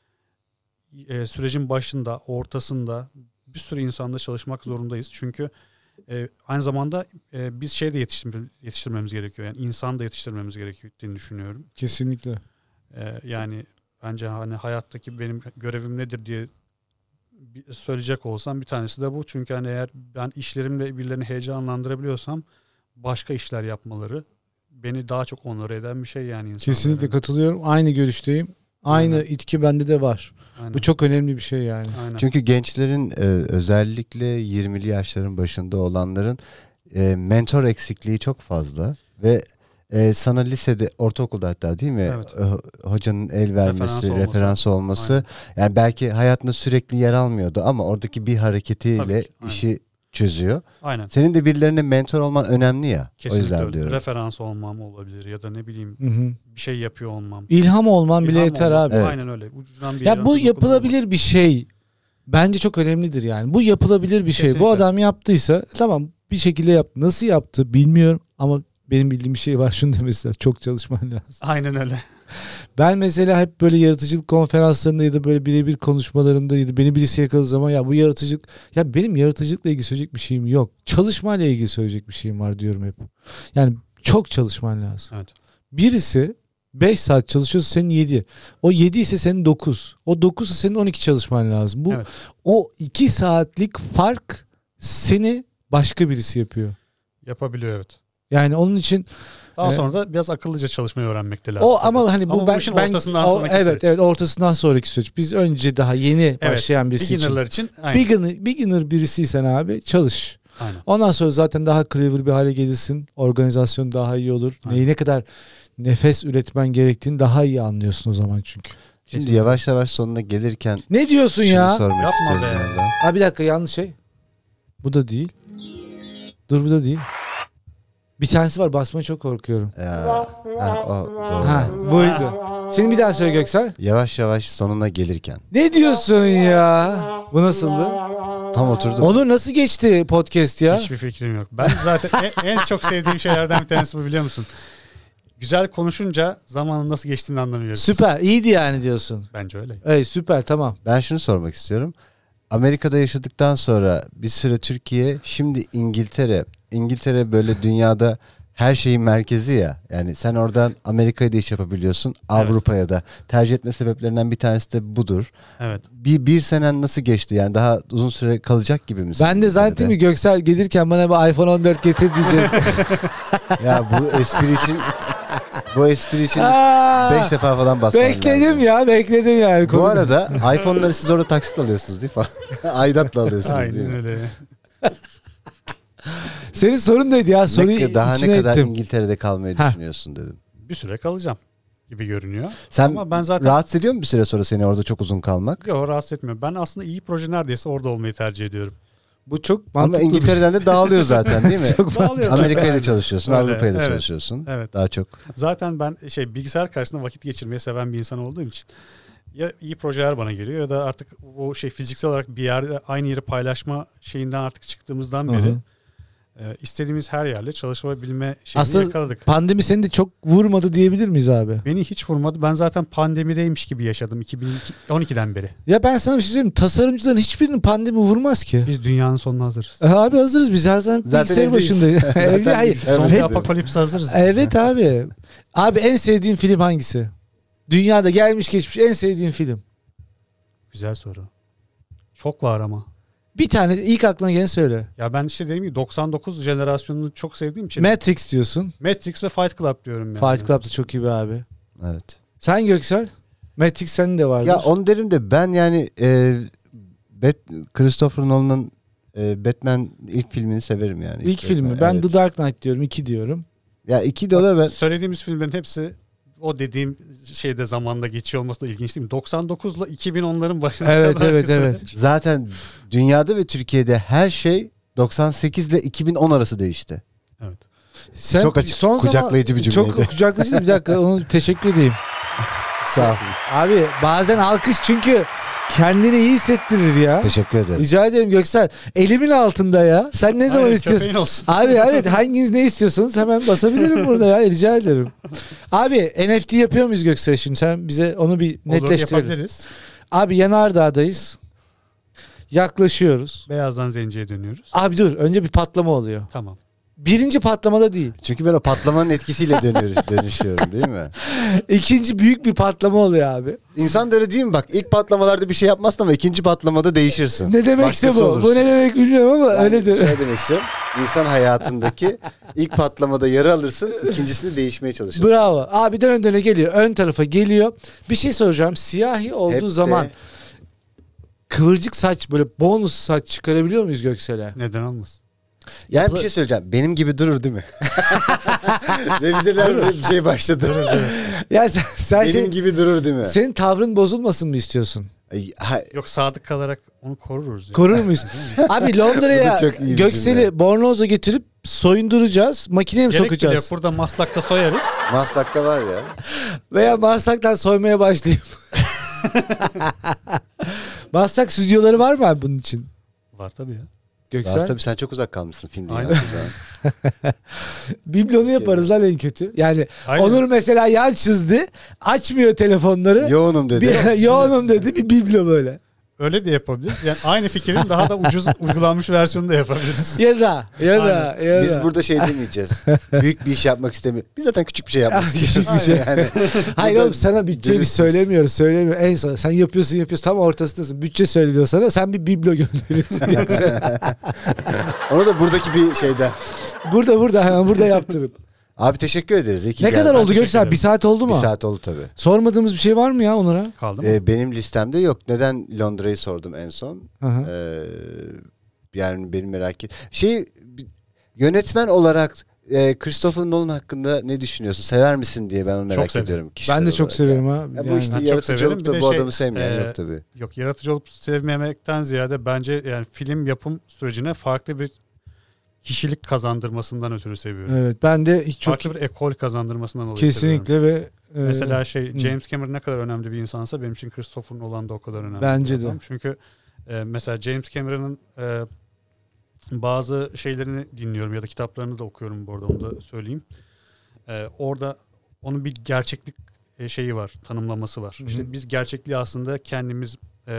Sürecin başında, ortasında bir sürü insanla çalışmak zorundayız. Çünkü aynı zamanda biz de yetiştirmemiz gerekiyor. Yani insan da yetiştirmemiz gerektiğini düşünüyorum. Kesinlikle. Yani bence hani hayattaki benim görevim nedir diye söyleyecek olsam bir tanesi de bu. Çünkü hani eğer ben işlerimle birilerini heyecanlandırabiliyorsam başka işler yapmaları beni daha çok onur eden bir şey yani insanlara. Kesinlikle katılıyorum. Aynı görüşteyim. Aynı itki bende de var. Aynen. Bu çok önemli bir şey yani. Aynen. Çünkü gençlerin özellikle 20'li yaşların başında olanların mentor eksikliği çok fazla ve sana lisede, ortaokulda hatta değil mi? Evet. Hocanın el vermesi, referans olması. Aynen. Yani belki hayatında sürekli yer almıyordu ama oradaki bir hareketiyle Tabii, işi çözüyor. Aynen. Senin de birilerine mentor olman önemli ya. Kesinlikle o yüzden öyle. diyorum. Referans olmam olabilir ya da ne bileyim bir şey yapıyor olmam. İlham olman bile yeter abi. Evet. Aynen öyle. Ucundan bir ya bu yapılabilir bir şey. Bence çok önemlidir yani. Bu yapılabilir bir şey. Kesinlikle. Bu adam yaptıysa tamam, bir şekilde yaptı. Nasıl yaptı bilmiyorum ama benim bildiğim bir şey var. Şunu demesi lazım. Çok çalışman lazım. Aynen öyle. Ben mesela hep böyle yaratıcılık konferanslarında ya da böyle birebir konuşmalarımda ya da beni birisi yakaladığı zaman ya bu yaratıcılık, ya benim yaratıcılıkla ilgili söyleyecek bir şeyim yok. Çalışmayla ilgili söyleyecek bir şeyim var diyorum hep. Yani çok çalışman lazım. Evet. Birisi 5 saat çalışıyorsa senin 7. O 7 ise senin 9. O 9 ise senin 12 çalışman lazım. Bu o 2 saatlik fark seni başka birisi yapıyor. Yapabiliyor, evet. Yani onun için daha sonra da biraz akıllıca çalışmayı öğrenmek de lazım. O ama hani bu işin ortasından sonraki süreç. Evet, ortasından sonraki süreç. Biz önce daha yeni başlayan birisi beginner'lar için beginner birisiysen abi çalış. Aynen. Ondan sonra zaten daha clever bir hale gelirsin. Organizasyon daha iyi olur. Aynen. Ne kadar nefes üretmen gerektiğini daha iyi anlıyorsun o zaman çünkü. Şimdi yavaş yavaş sonuna gelirken Ne diyorsun şunu ya? sormak Yapma istiyorum be. ya ben. Ha bir dakika, yanlış şey. Bu da değil. Dur, bu da değil. Bir tanesi var, basmaya çok korkuyorum. Ya, o doğru. Ha, buydu. Şimdi bir daha söyle Göksel. Yavaş yavaş sonuna gelirken. Ne diyorsun ya? Bu nasıldı? Tam oturdu. Onur, nasıl geçti podcast ya? Hiçbir fikrim yok. Ben zaten en çok sevdiğim şeylerden bir tanesi bu, biliyor musun? Güzel konuşunca zamanın nasıl geçtiğini anlamıyoruz. Süper, iyiydi yani diyorsun. Bence öyle. Ey süper, tamam. Ben şunu sormak istiyorum. Amerika'da yaşadıktan sonra bir süre Türkiye, şimdi İngiltere. İngiltere böyle dünyada her şeyin merkezi ya. Yani sen oradan Amerika'ya da iş yapabiliyorsun, Avrupa'ya da. Tercih etme sebeplerinden bir tanesi de budur. Evet. Bir senen nasıl geçti? Yani daha uzun süre kalacak gibi misin? Ben de zannettim ki Göksel gelirken bana bir iPhone 14 getir diyecek. Ya bu espri için Aa, 5 defa falan basmam bekledim lazım. ya, bekledim yani. Bu arada iPhone'ları siz orada taksit alıyorsunuz değil mi? Aidatla alıyorsunuz değil Aynen mi? öyle. Senin sorun neydi ya? Soruyu Daha içine ne kadar ettim. İngiltere'de kalmayı Heh. düşünüyorsun dedim. Bir süre kalacağım gibi görünüyor. Sen Ama ben zaten rahatsız ediyor mu bir süre sonra seni orada çok uzun kalmak? yok, rahatsız etmiyor. Ben aslında iyi proje neredeyse orada olmayı tercih ediyorum. Bu çok Ama mantıklı. İngiltere'den de dağılıyor zaten değil mi? Çok Dağılıyor Amerika'ya da zaten. çalışıyorsun, Öyle, Avrupa'ya da evet. çalışıyorsun. Evet. Daha çok. Zaten ben bilgisayar karşısında vakit geçirmeyi seven bir insan olduğum için ya iyi projeler bana geliyor ya da artık o fiziksel olarak bir yerde aynı yeri paylaşma şeyinden artık çıktığımızdan beri istediğimiz her yerle çalışabilme şeyini Aslında yakaladık. pandemi seni de çok vurmadı diyebilir miyiz abi? Beni hiç vurmadı. Ben zaten pandemideymiş gibi yaşadım 2012'den beri. Ya ben sana bir şey söyleyeyim. Tasarımcıların hiçbirinin pandemi vurmaz ki. Biz dünyanın sonuna hazırız. Abi hazırız biz her zaman Zaten bilgisayar evdeyiz. başındayız. Zaten Evde, hayır. bilgisayar Zombi başındayız. apokalipsi hazırız. Evet abi. Abi en sevdiğin film hangisi? Dünyada gelmiş geçmiş en sevdiğin film. Güzel soru. Çok var ama. Bir tane ilk aklına gelen söyle. Ya ben dediğim gibi 99 jenerasyonunu çok sevdiğim için Matrix diyorsun. Matrix ve Fight Club diyorum yani. Fight Club da çok iyi be abi. Evet. Sen Göksel? Matrix senin de vardır. Ya onu derim de ben yani Christopher Nolan'ın Batman ilk filmini severim yani. İlk filmi. Ben Evet. The Dark Knight diyorum. 2 diyorum. Ya 2 de o da ben. Söylediğimiz filmlerin hepsi o dediğim şeyde zamanda geçiyor olması da ilginç değil mi? 99 ile 2010'ların başına Evet, kadar evet, kısa. evet. Zaten dünyada ve Türkiye'de her şey 98 ile 2010 arası değişti. Evet. Sen Çok açık, kucaklayıcı bir cümleydi. Çok kucaklayıcı da bir dakika onu teşekkür edeyim. Sağ ol. Abi bazen alkış çünkü kendini iyi hissettirir ya. Teşekkür ederim. Rica ederim Göksel. Elimin altında ya. Sen ne zaman Aynen, istiyorsun? köpeğin olsun. Abi evet, hanginiz ne istiyorsanız hemen basabilirim burada ya, rica ederim. Abi NFT yapıyor muyuz Göksel şimdi? Sen bize onu bir Olur, netleştirelim. yapabiliriz. Abi Yanardağ'dayız. Yaklaşıyoruz. Beyazdan zenciye dönüyoruz. Abi dur, önce bir patlama oluyor. Tamam. Birinci patlamada değil. Çünkü ben o patlamanın etkisiyle dönüşüyorum değil mi? İkinci büyük bir patlama oluyor abi. İnsan da öyle değil mi? Bak ilk patlamalarda bir şey yapmazsın ama ikinci patlamada değişirsin. Ne demek işte Başkası bu? olursun. Bu ne demek bilmiyorum ama Yani öyledir. şöyle demek istiyorum. İnsan hayatındaki ilk patlamada yara alırsın, ikincisinde değişmeye çalışırsın. Bravo. Abi döne döne geliyor. Ön tarafa geliyor. Bir şey soracağım. Siyahi olduğu Hep de- zaman kıvırcık saç, böyle bonus saç çıkarabiliyor muyuz Göksel'e? Neden olmasın? Yani bir şey söyleyeceğim. Benim gibi durur değil mi? Revizeler bir şey başladı. Ya sen Benim gibi durur değil mi? senin tavrın bozulmasın mı istiyorsun? Ay, ha- Yok, sadık kalarak onu koruruz. Yani. Korur muyuz? Abi Londra'ya Bu da çok iyi bir Göksel'i cümle. bornoza getirip soyunduracağız. Makineye mi Gerek sokacağız? bile burada Maslak'ta soyarız. Maslak'ta var ya. Veya Maslak'tan soymaya başlayayım. Maslak stüdyoları var mı abi bunun için? Var tabii ya. Göksel. Var tabii, sen çok uzak kalmışsın film Aynen. dünyasından. Biblonu yaparız lan en kötü. Yani Aynen. Onur mesela yan çizdi. Açmıyor telefonları. Yoğunum dedi. Bir, yoğunum dedi, bir biblo böyle. Öyle de yapabiliriz. Yani aynı fikrin daha da ucuz uygulanmış versiyonu da yapabiliriz. Ya da. Biz burada şey demeyeceğiz. Büyük bir iş yapmak istemiyoruz. Biz zaten küçük bir şey yapmak Ah, istiyoruz. küçük bir şey. Yani, Hayır burada oğlum, sana bütçeyi biz dürüstüz. söylemiyoruz. En son sen yapıyorsun tam ortasındasın. Bütçe söylüyor sana, sen bir biblo gönderiyorsun. Yoksa- Onu da buradaki bir şeyden. burada hemen burada yaptırım. Abi teşekkür ederiz. İyi ki Ne geldin. kadar oldu teşekkür Göksel? ederim. Bir saat oldu mu? Bir saat oldu tabii. Sormadığımız bir şey var mı ya Onur'a? Kaldı mı? Benim listemde yok. Neden Londra'yı sordum en son? Hı hı. Yani benim merak et. Yönetmen olarak Christopher Nolan hakkında ne düşünüyorsun? Sever misin diye ben onu merak ediyorum. Ben de çok olarak severim abi. Ya bu işte yaratıcı olup da bu adamı sevmeyen yok tabii. Yok, yaratıcı olup sevmemekten ziyade bence yani film yapım sürecine farklı bir kişilik kazandırmasından ötürü seviyorum. Evet, ben de hiç çok farklı bir ekol kazandırmasından dolayı kesinlikle seviyorum. ve mesela James Cameron ne kadar önemli bir insansa benim için Christopher Nolan da o kadar önemli. Bence de. Çünkü mesela James Cameron'ın bazı şeylerini dinliyorum ya da kitaplarını da okuyorum, bu arada onu da söyleyeyim. Orada onun bir gerçeklik şeyi var, tanımlaması var. Hı-hı. İşte biz gerçekliği aslında kendimiz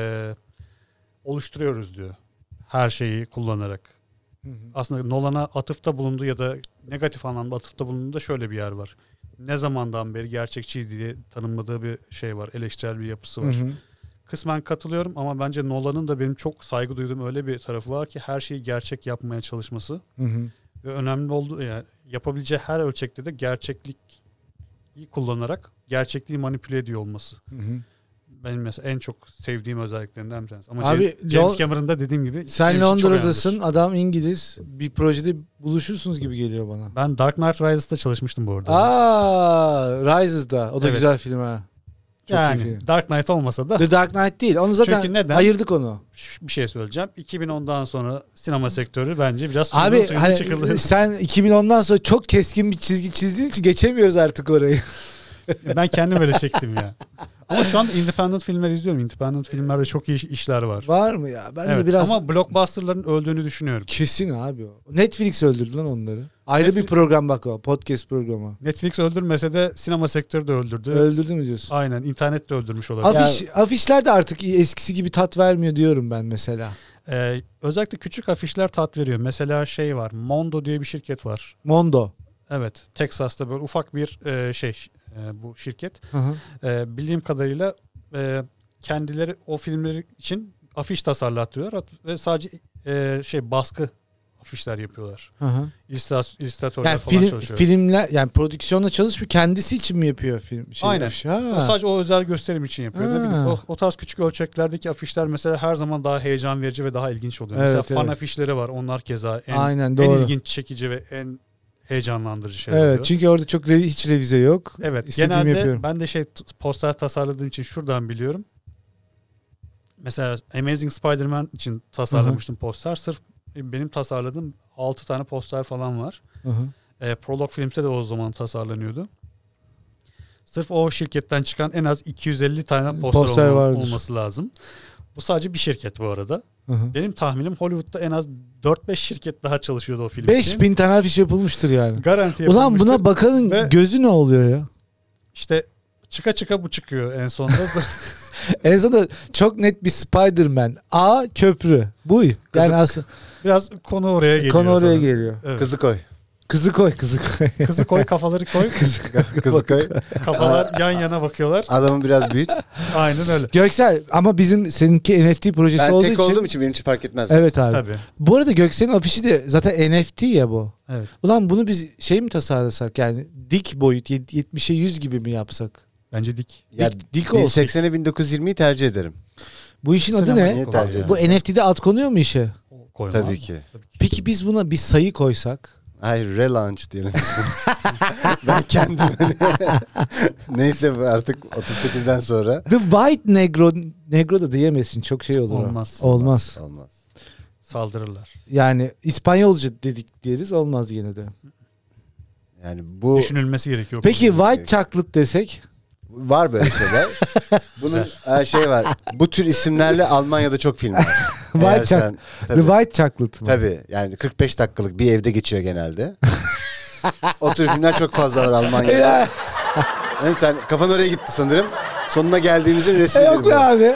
oluşturuyoruz diyor. Her şeyi kullanarak. Hı-hı. Aslında Nolan'a atıfta bulunduğu ya da negatif anlamda atıfta bulunduğunda şöyle bir yer var. Ne zamandan beri gerçekçi diye tanımladığı bir şey var. Eleştirel bir yapısı var. Hı-hı. Kısmen katılıyorum ama bence Nolan'ın da benim çok saygı duyduğum öyle bir tarafı var ki her şeyi gerçek yapmaya çalışması. Hı-hı. Ve önemli olduğu, yani yapabileceği her ölçekte de gerçekliği kullanarak gerçekliği manipüle ediyor olması. Hı-hı. Benim mesela en çok sevdiğim özelliklerinden bir tanesi. Ama Abi, James Cameron'da dediğim gibi sen Londra'dasın, adam İngiliz, bir projede buluşursunuz gibi geliyor bana. Ben Dark Knight Rises'ta çalışmıştım bu arada. Rises'da. O da güzel film ha. Çok yani iyi film. Dark Knight olmasa da. The Dark Knight değil. Onu zaten çünkü neden? ayırdık onu. Bir şey söyleyeceğim. 2010'dan sonra sinema sektörü bence biraz abi suyunu çıkıldı. Sen 2010'dan sonra çok keskin bir çizgi çizdiğin için geçemiyoruz artık orayı. Ben kendim öyle çektim ya. Ama şu anda independent filmler izliyorum. Independent filmlerde çok iyi işler var. Var mı ya? Ben de biraz... Ama blockbusterların öldüğünü düşünüyorum. Kesin abi o. Netflix öldürdü lan onları. Ayrı Netflix... bir program bak o. Podcast programı. Netflix öldürmese de sinema sektörü de öldürdü. Öldürdü mü diyorsun? Aynen. İnternet de öldürmüş olabilir. Afişler de artık eskisi gibi tat vermiyor diyorum ben mesela. Özellikle küçük afişler tat veriyor. Mesela şey var. Mondo diye bir şirket var. Mondo. Evet. Texas'ta böyle ufak bir bu şirket. Hı hı. Bildiğim kadarıyla kendileri o filmleri için afiş tasarlatıyorlar ve sadece baskı afişler yapıyorlar. İllüstratörler yani falan çalışıyor. Filmler, yani prodüksiyonla çalışmıyor, kendisi için mi yapıyor film? Aynen. O sadece o özel gösterim için yapıyor. Ne bileyim, o tarz küçük ölçeklerdeki afişler mesela her zaman daha heyecan verici ve daha ilginç oluyor. Evet, mesela fan afişleri var. Onlar keza Aynen, en ilginç çekici ve en heyecanlandırıcı şeyler oluyor. Evet, çünkü orada çok hiç revize yok. Evet. Genelde yapıyorum. Ben de poster tasarladığım için şuradan biliyorum. Mesela Amazing Spider-Man için tasarlamıştım poster. Sırf benim tasarladığım 6 tane poster falan var. Prolog Films'te de o zaman tasarlanıyordu. Sırf o şirketten çıkan en az 250 tane poster olması lazım. Bu sadece bir şirket bu arada. Benim tahminim Hollywood'da en az 4-5 şirket daha çalışıyordu o film için. 5000 tane afiş yapılmıştır yani. Garanti yapılmıştır. Ulan buna bakanın gözü ne oluyor ya? İşte çıka bu çıkıyor en sonunda. En sonunda çok net bir Spider-Man. Köprü. Bu. Yani aslında biraz konu oraya geliyor. Konu oraya geliyor. Evet. Kızı koy. Kızı koy. Kızı koy, kafaları koy. Kızı koy. Kafalar yan yana bakıyorlar. Adamın biraz büyüt. Aynen öyle. Göksel, ama seninki NFT projesi olduğu için. Ben tek olduğum için benim için fark etmez. Evet abi. Tabii. Bu arada Göksel'in afişi de zaten NFT ya bu. Evet. Ulan bunu biz mi tasarlasak, yani dik boyut 70'e 100 gibi mi yapsak? Bence dik. Ya dik olsun. 80'e 1920'yi tercih ederim. Bu işin adı ne? Bu NFT'de ad konuyor mu işe? Tabii ki. Peki biz buna bir sayı koysak? Hayır, relaunch diyelim. Ben kendim neyse artık 38'den sonra. The White Negro da diyemezsin, çok şey olur. Olmaz. Saldırırlar. Yani İspanyolca deriz, olmaz yine de. Yani bu düşünülmesi gerekiyor. Peki White Chocolate desek? Var böyle şeyler. Bunun şey var. Bu tür isimlerle Almanya'da çok film var. The White Chocolate mı? Tabii. Yani 45 dakikalık bir evde geçiyor genelde. O tür filmler çok fazla var Almanya'da. Yani sen kafan oraya gitti sanırım. Sonuna geldiğimizin resmidir bu. Yok abi.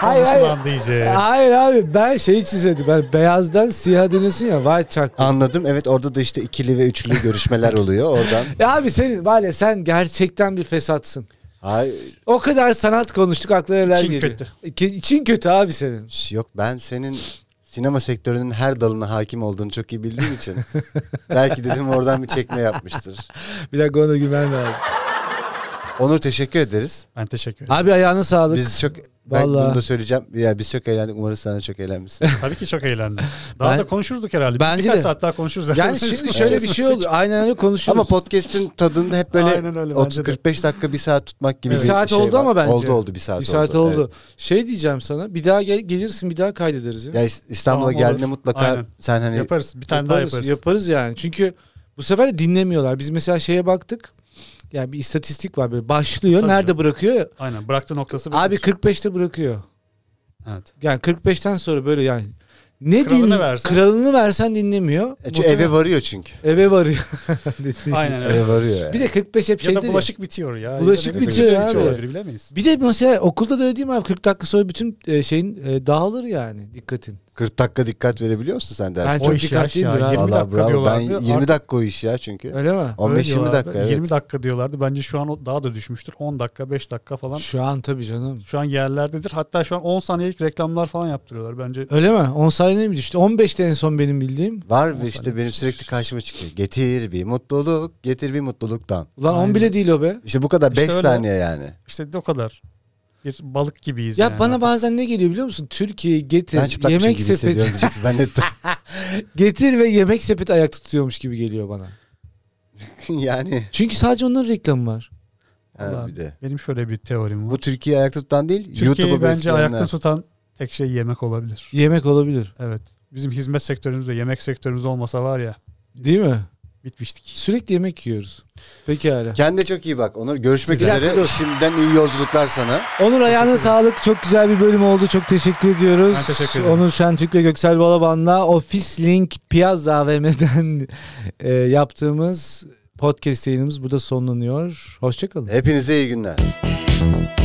Hayır abi, ben çiziyordum. Ben beyazdan siyah dönüyorsun ya, White Chocolate. Anladım. Evet, orada da işte ikili ve üçlü görüşmeler oluyor oradan. Ya abi sen gerçekten bir fesatsın. Hayır. O kadar sanat konuştuk, aklına neler geliyor. İçin kötü abi senin. Yok, ben senin sinema sektörünün her dalına hakim olduğunu çok iyi bildiğim için belki dedim oradan bir çekme yapmıştır. Bir dakika, ona güven lazım. Onur teşekkür ederiz. Ben teşekkür ederim. Abi ayağına sağlık. Biz çok ben Vallahi. bunu da söyleyeceğim. Ya biz çok eğlendik. Umarım sen de çok eğlenmişsin. Tabii ki çok eğlendim. Daha Ben- da konuşurduk herhalde. Bence Birkaç de. saat daha konuşuruz. Yani şimdi şöyle bir şey oldu. Aynen öyle konuşuyoruz. Ama podcast'in tadında hep böyle Aynen öyle, bence de. 30-45 dakika bir saat tutmak gibi Bir bir saat şey oldu var. ama bence. Oldu bir saat bir oldu. saat oldu. Evet. Şey diyeceğim sana. Bir daha gelirsin, bir daha kaydederiz ya. Ya İstanbul'a Tamam, geldiğinde olur. mutlaka Aynen. sen hani Yaparız. Bir tane daha yaparız. Yaparız yani. Çünkü bu sefer de dinlemiyorlar. Biz mesela şeye baktık. Yani bir istatistik var böyle. Başlıyor. Tabii Nerede canım. bırakıyor? Aynen. Bıraktığı noktası Abi bellidir. 45'te bırakıyor. Evet. Yani 45'ten sonra böyle yani. Ne Kralını versen. Kralını versen dinlemiyor. eve varıyor çünkü. Eve varıyor. Aynen öyle. Eve varıyor yani. Bir de 45 hep Ya şey da değil. bulaşık bitiyor ya. Bulaşık Ya da ne bitiyor bileyim, abi. bitiyor olabilir, bilemeyiz. Bir de mesela okulda da öyle değil mi abi? 40 dakika sonra bütün şeyin dağılır yani dikkatin. 40 dakika dikkat verebiliyor musun sen dersin? Ben O çok iş yaş dikkatliyimdir ya. abi. 20 Vallahi dakika bravo. Ben diyorlardı. 20 dakika o iş ya çünkü. Öyle mi? 15-20 diyorlardı. dakika evet. 20 dakika diyorlardı. Bence şu an o daha da düşmüştür. 10 dakika, 5 dakika falan. Şu an tabii canım. Şu an yerlerdedir. Hatta şu an 10 saniyelik reklamlar falan yaptırıyorlar bence. Öyle mi? 10 saniye mi düştü? 15'te en son benim bildiğim. Var ve işte benim sürekli karşıma çıkıyor. Getir bir mutluluk, getir bir mutluluktan. Ulan 10 Aynen. bile değil o be. İşte bu kadar İşte 5 öyle. saniye yani. İşte de o kadar. Bir balık gibiyiz Ya yani. bana bazen ne geliyor biliyor musun? Türkiye'yi Ben getir, çıplakmışım yemek gibi hissediyorum sepeti diyeceksin zannettim. getir ve yemek sepeti ayak tutuyormuş gibi geliyor bana. Yani Çünkü sadece onların reklamı var. ha, bir de. Benim şöyle bir teorim var. Bu Türkiye'yi ayakta tutan değil, Türkiye'yi YouTube'u bence ayakta besleyenler. tutan tek şey yemek olabilir. Yemek olabilir. Evet. Bizim hizmet sektörümüz ve yemek sektörümüz olmasa var ya Değil mi? bitmiştik. Sürekli yemek yiyoruz. Peki Kendine çok iyi bak Onur. Görüşmek Sizler- üzere. Dur. Şimdiden iyi yolculuklar sana. Onur ayağına sağlık. Çok güzel bir bölüm oldu. Çok teşekkür ediyoruz. Ben teşekkür ederim. Onur Şentürk ve Göksel Balaban'la Office Link Piazza AVM'den yaptığımız podcast yayınımız burada sonlanıyor. Hoşçakalın. Hepinize iyi günler.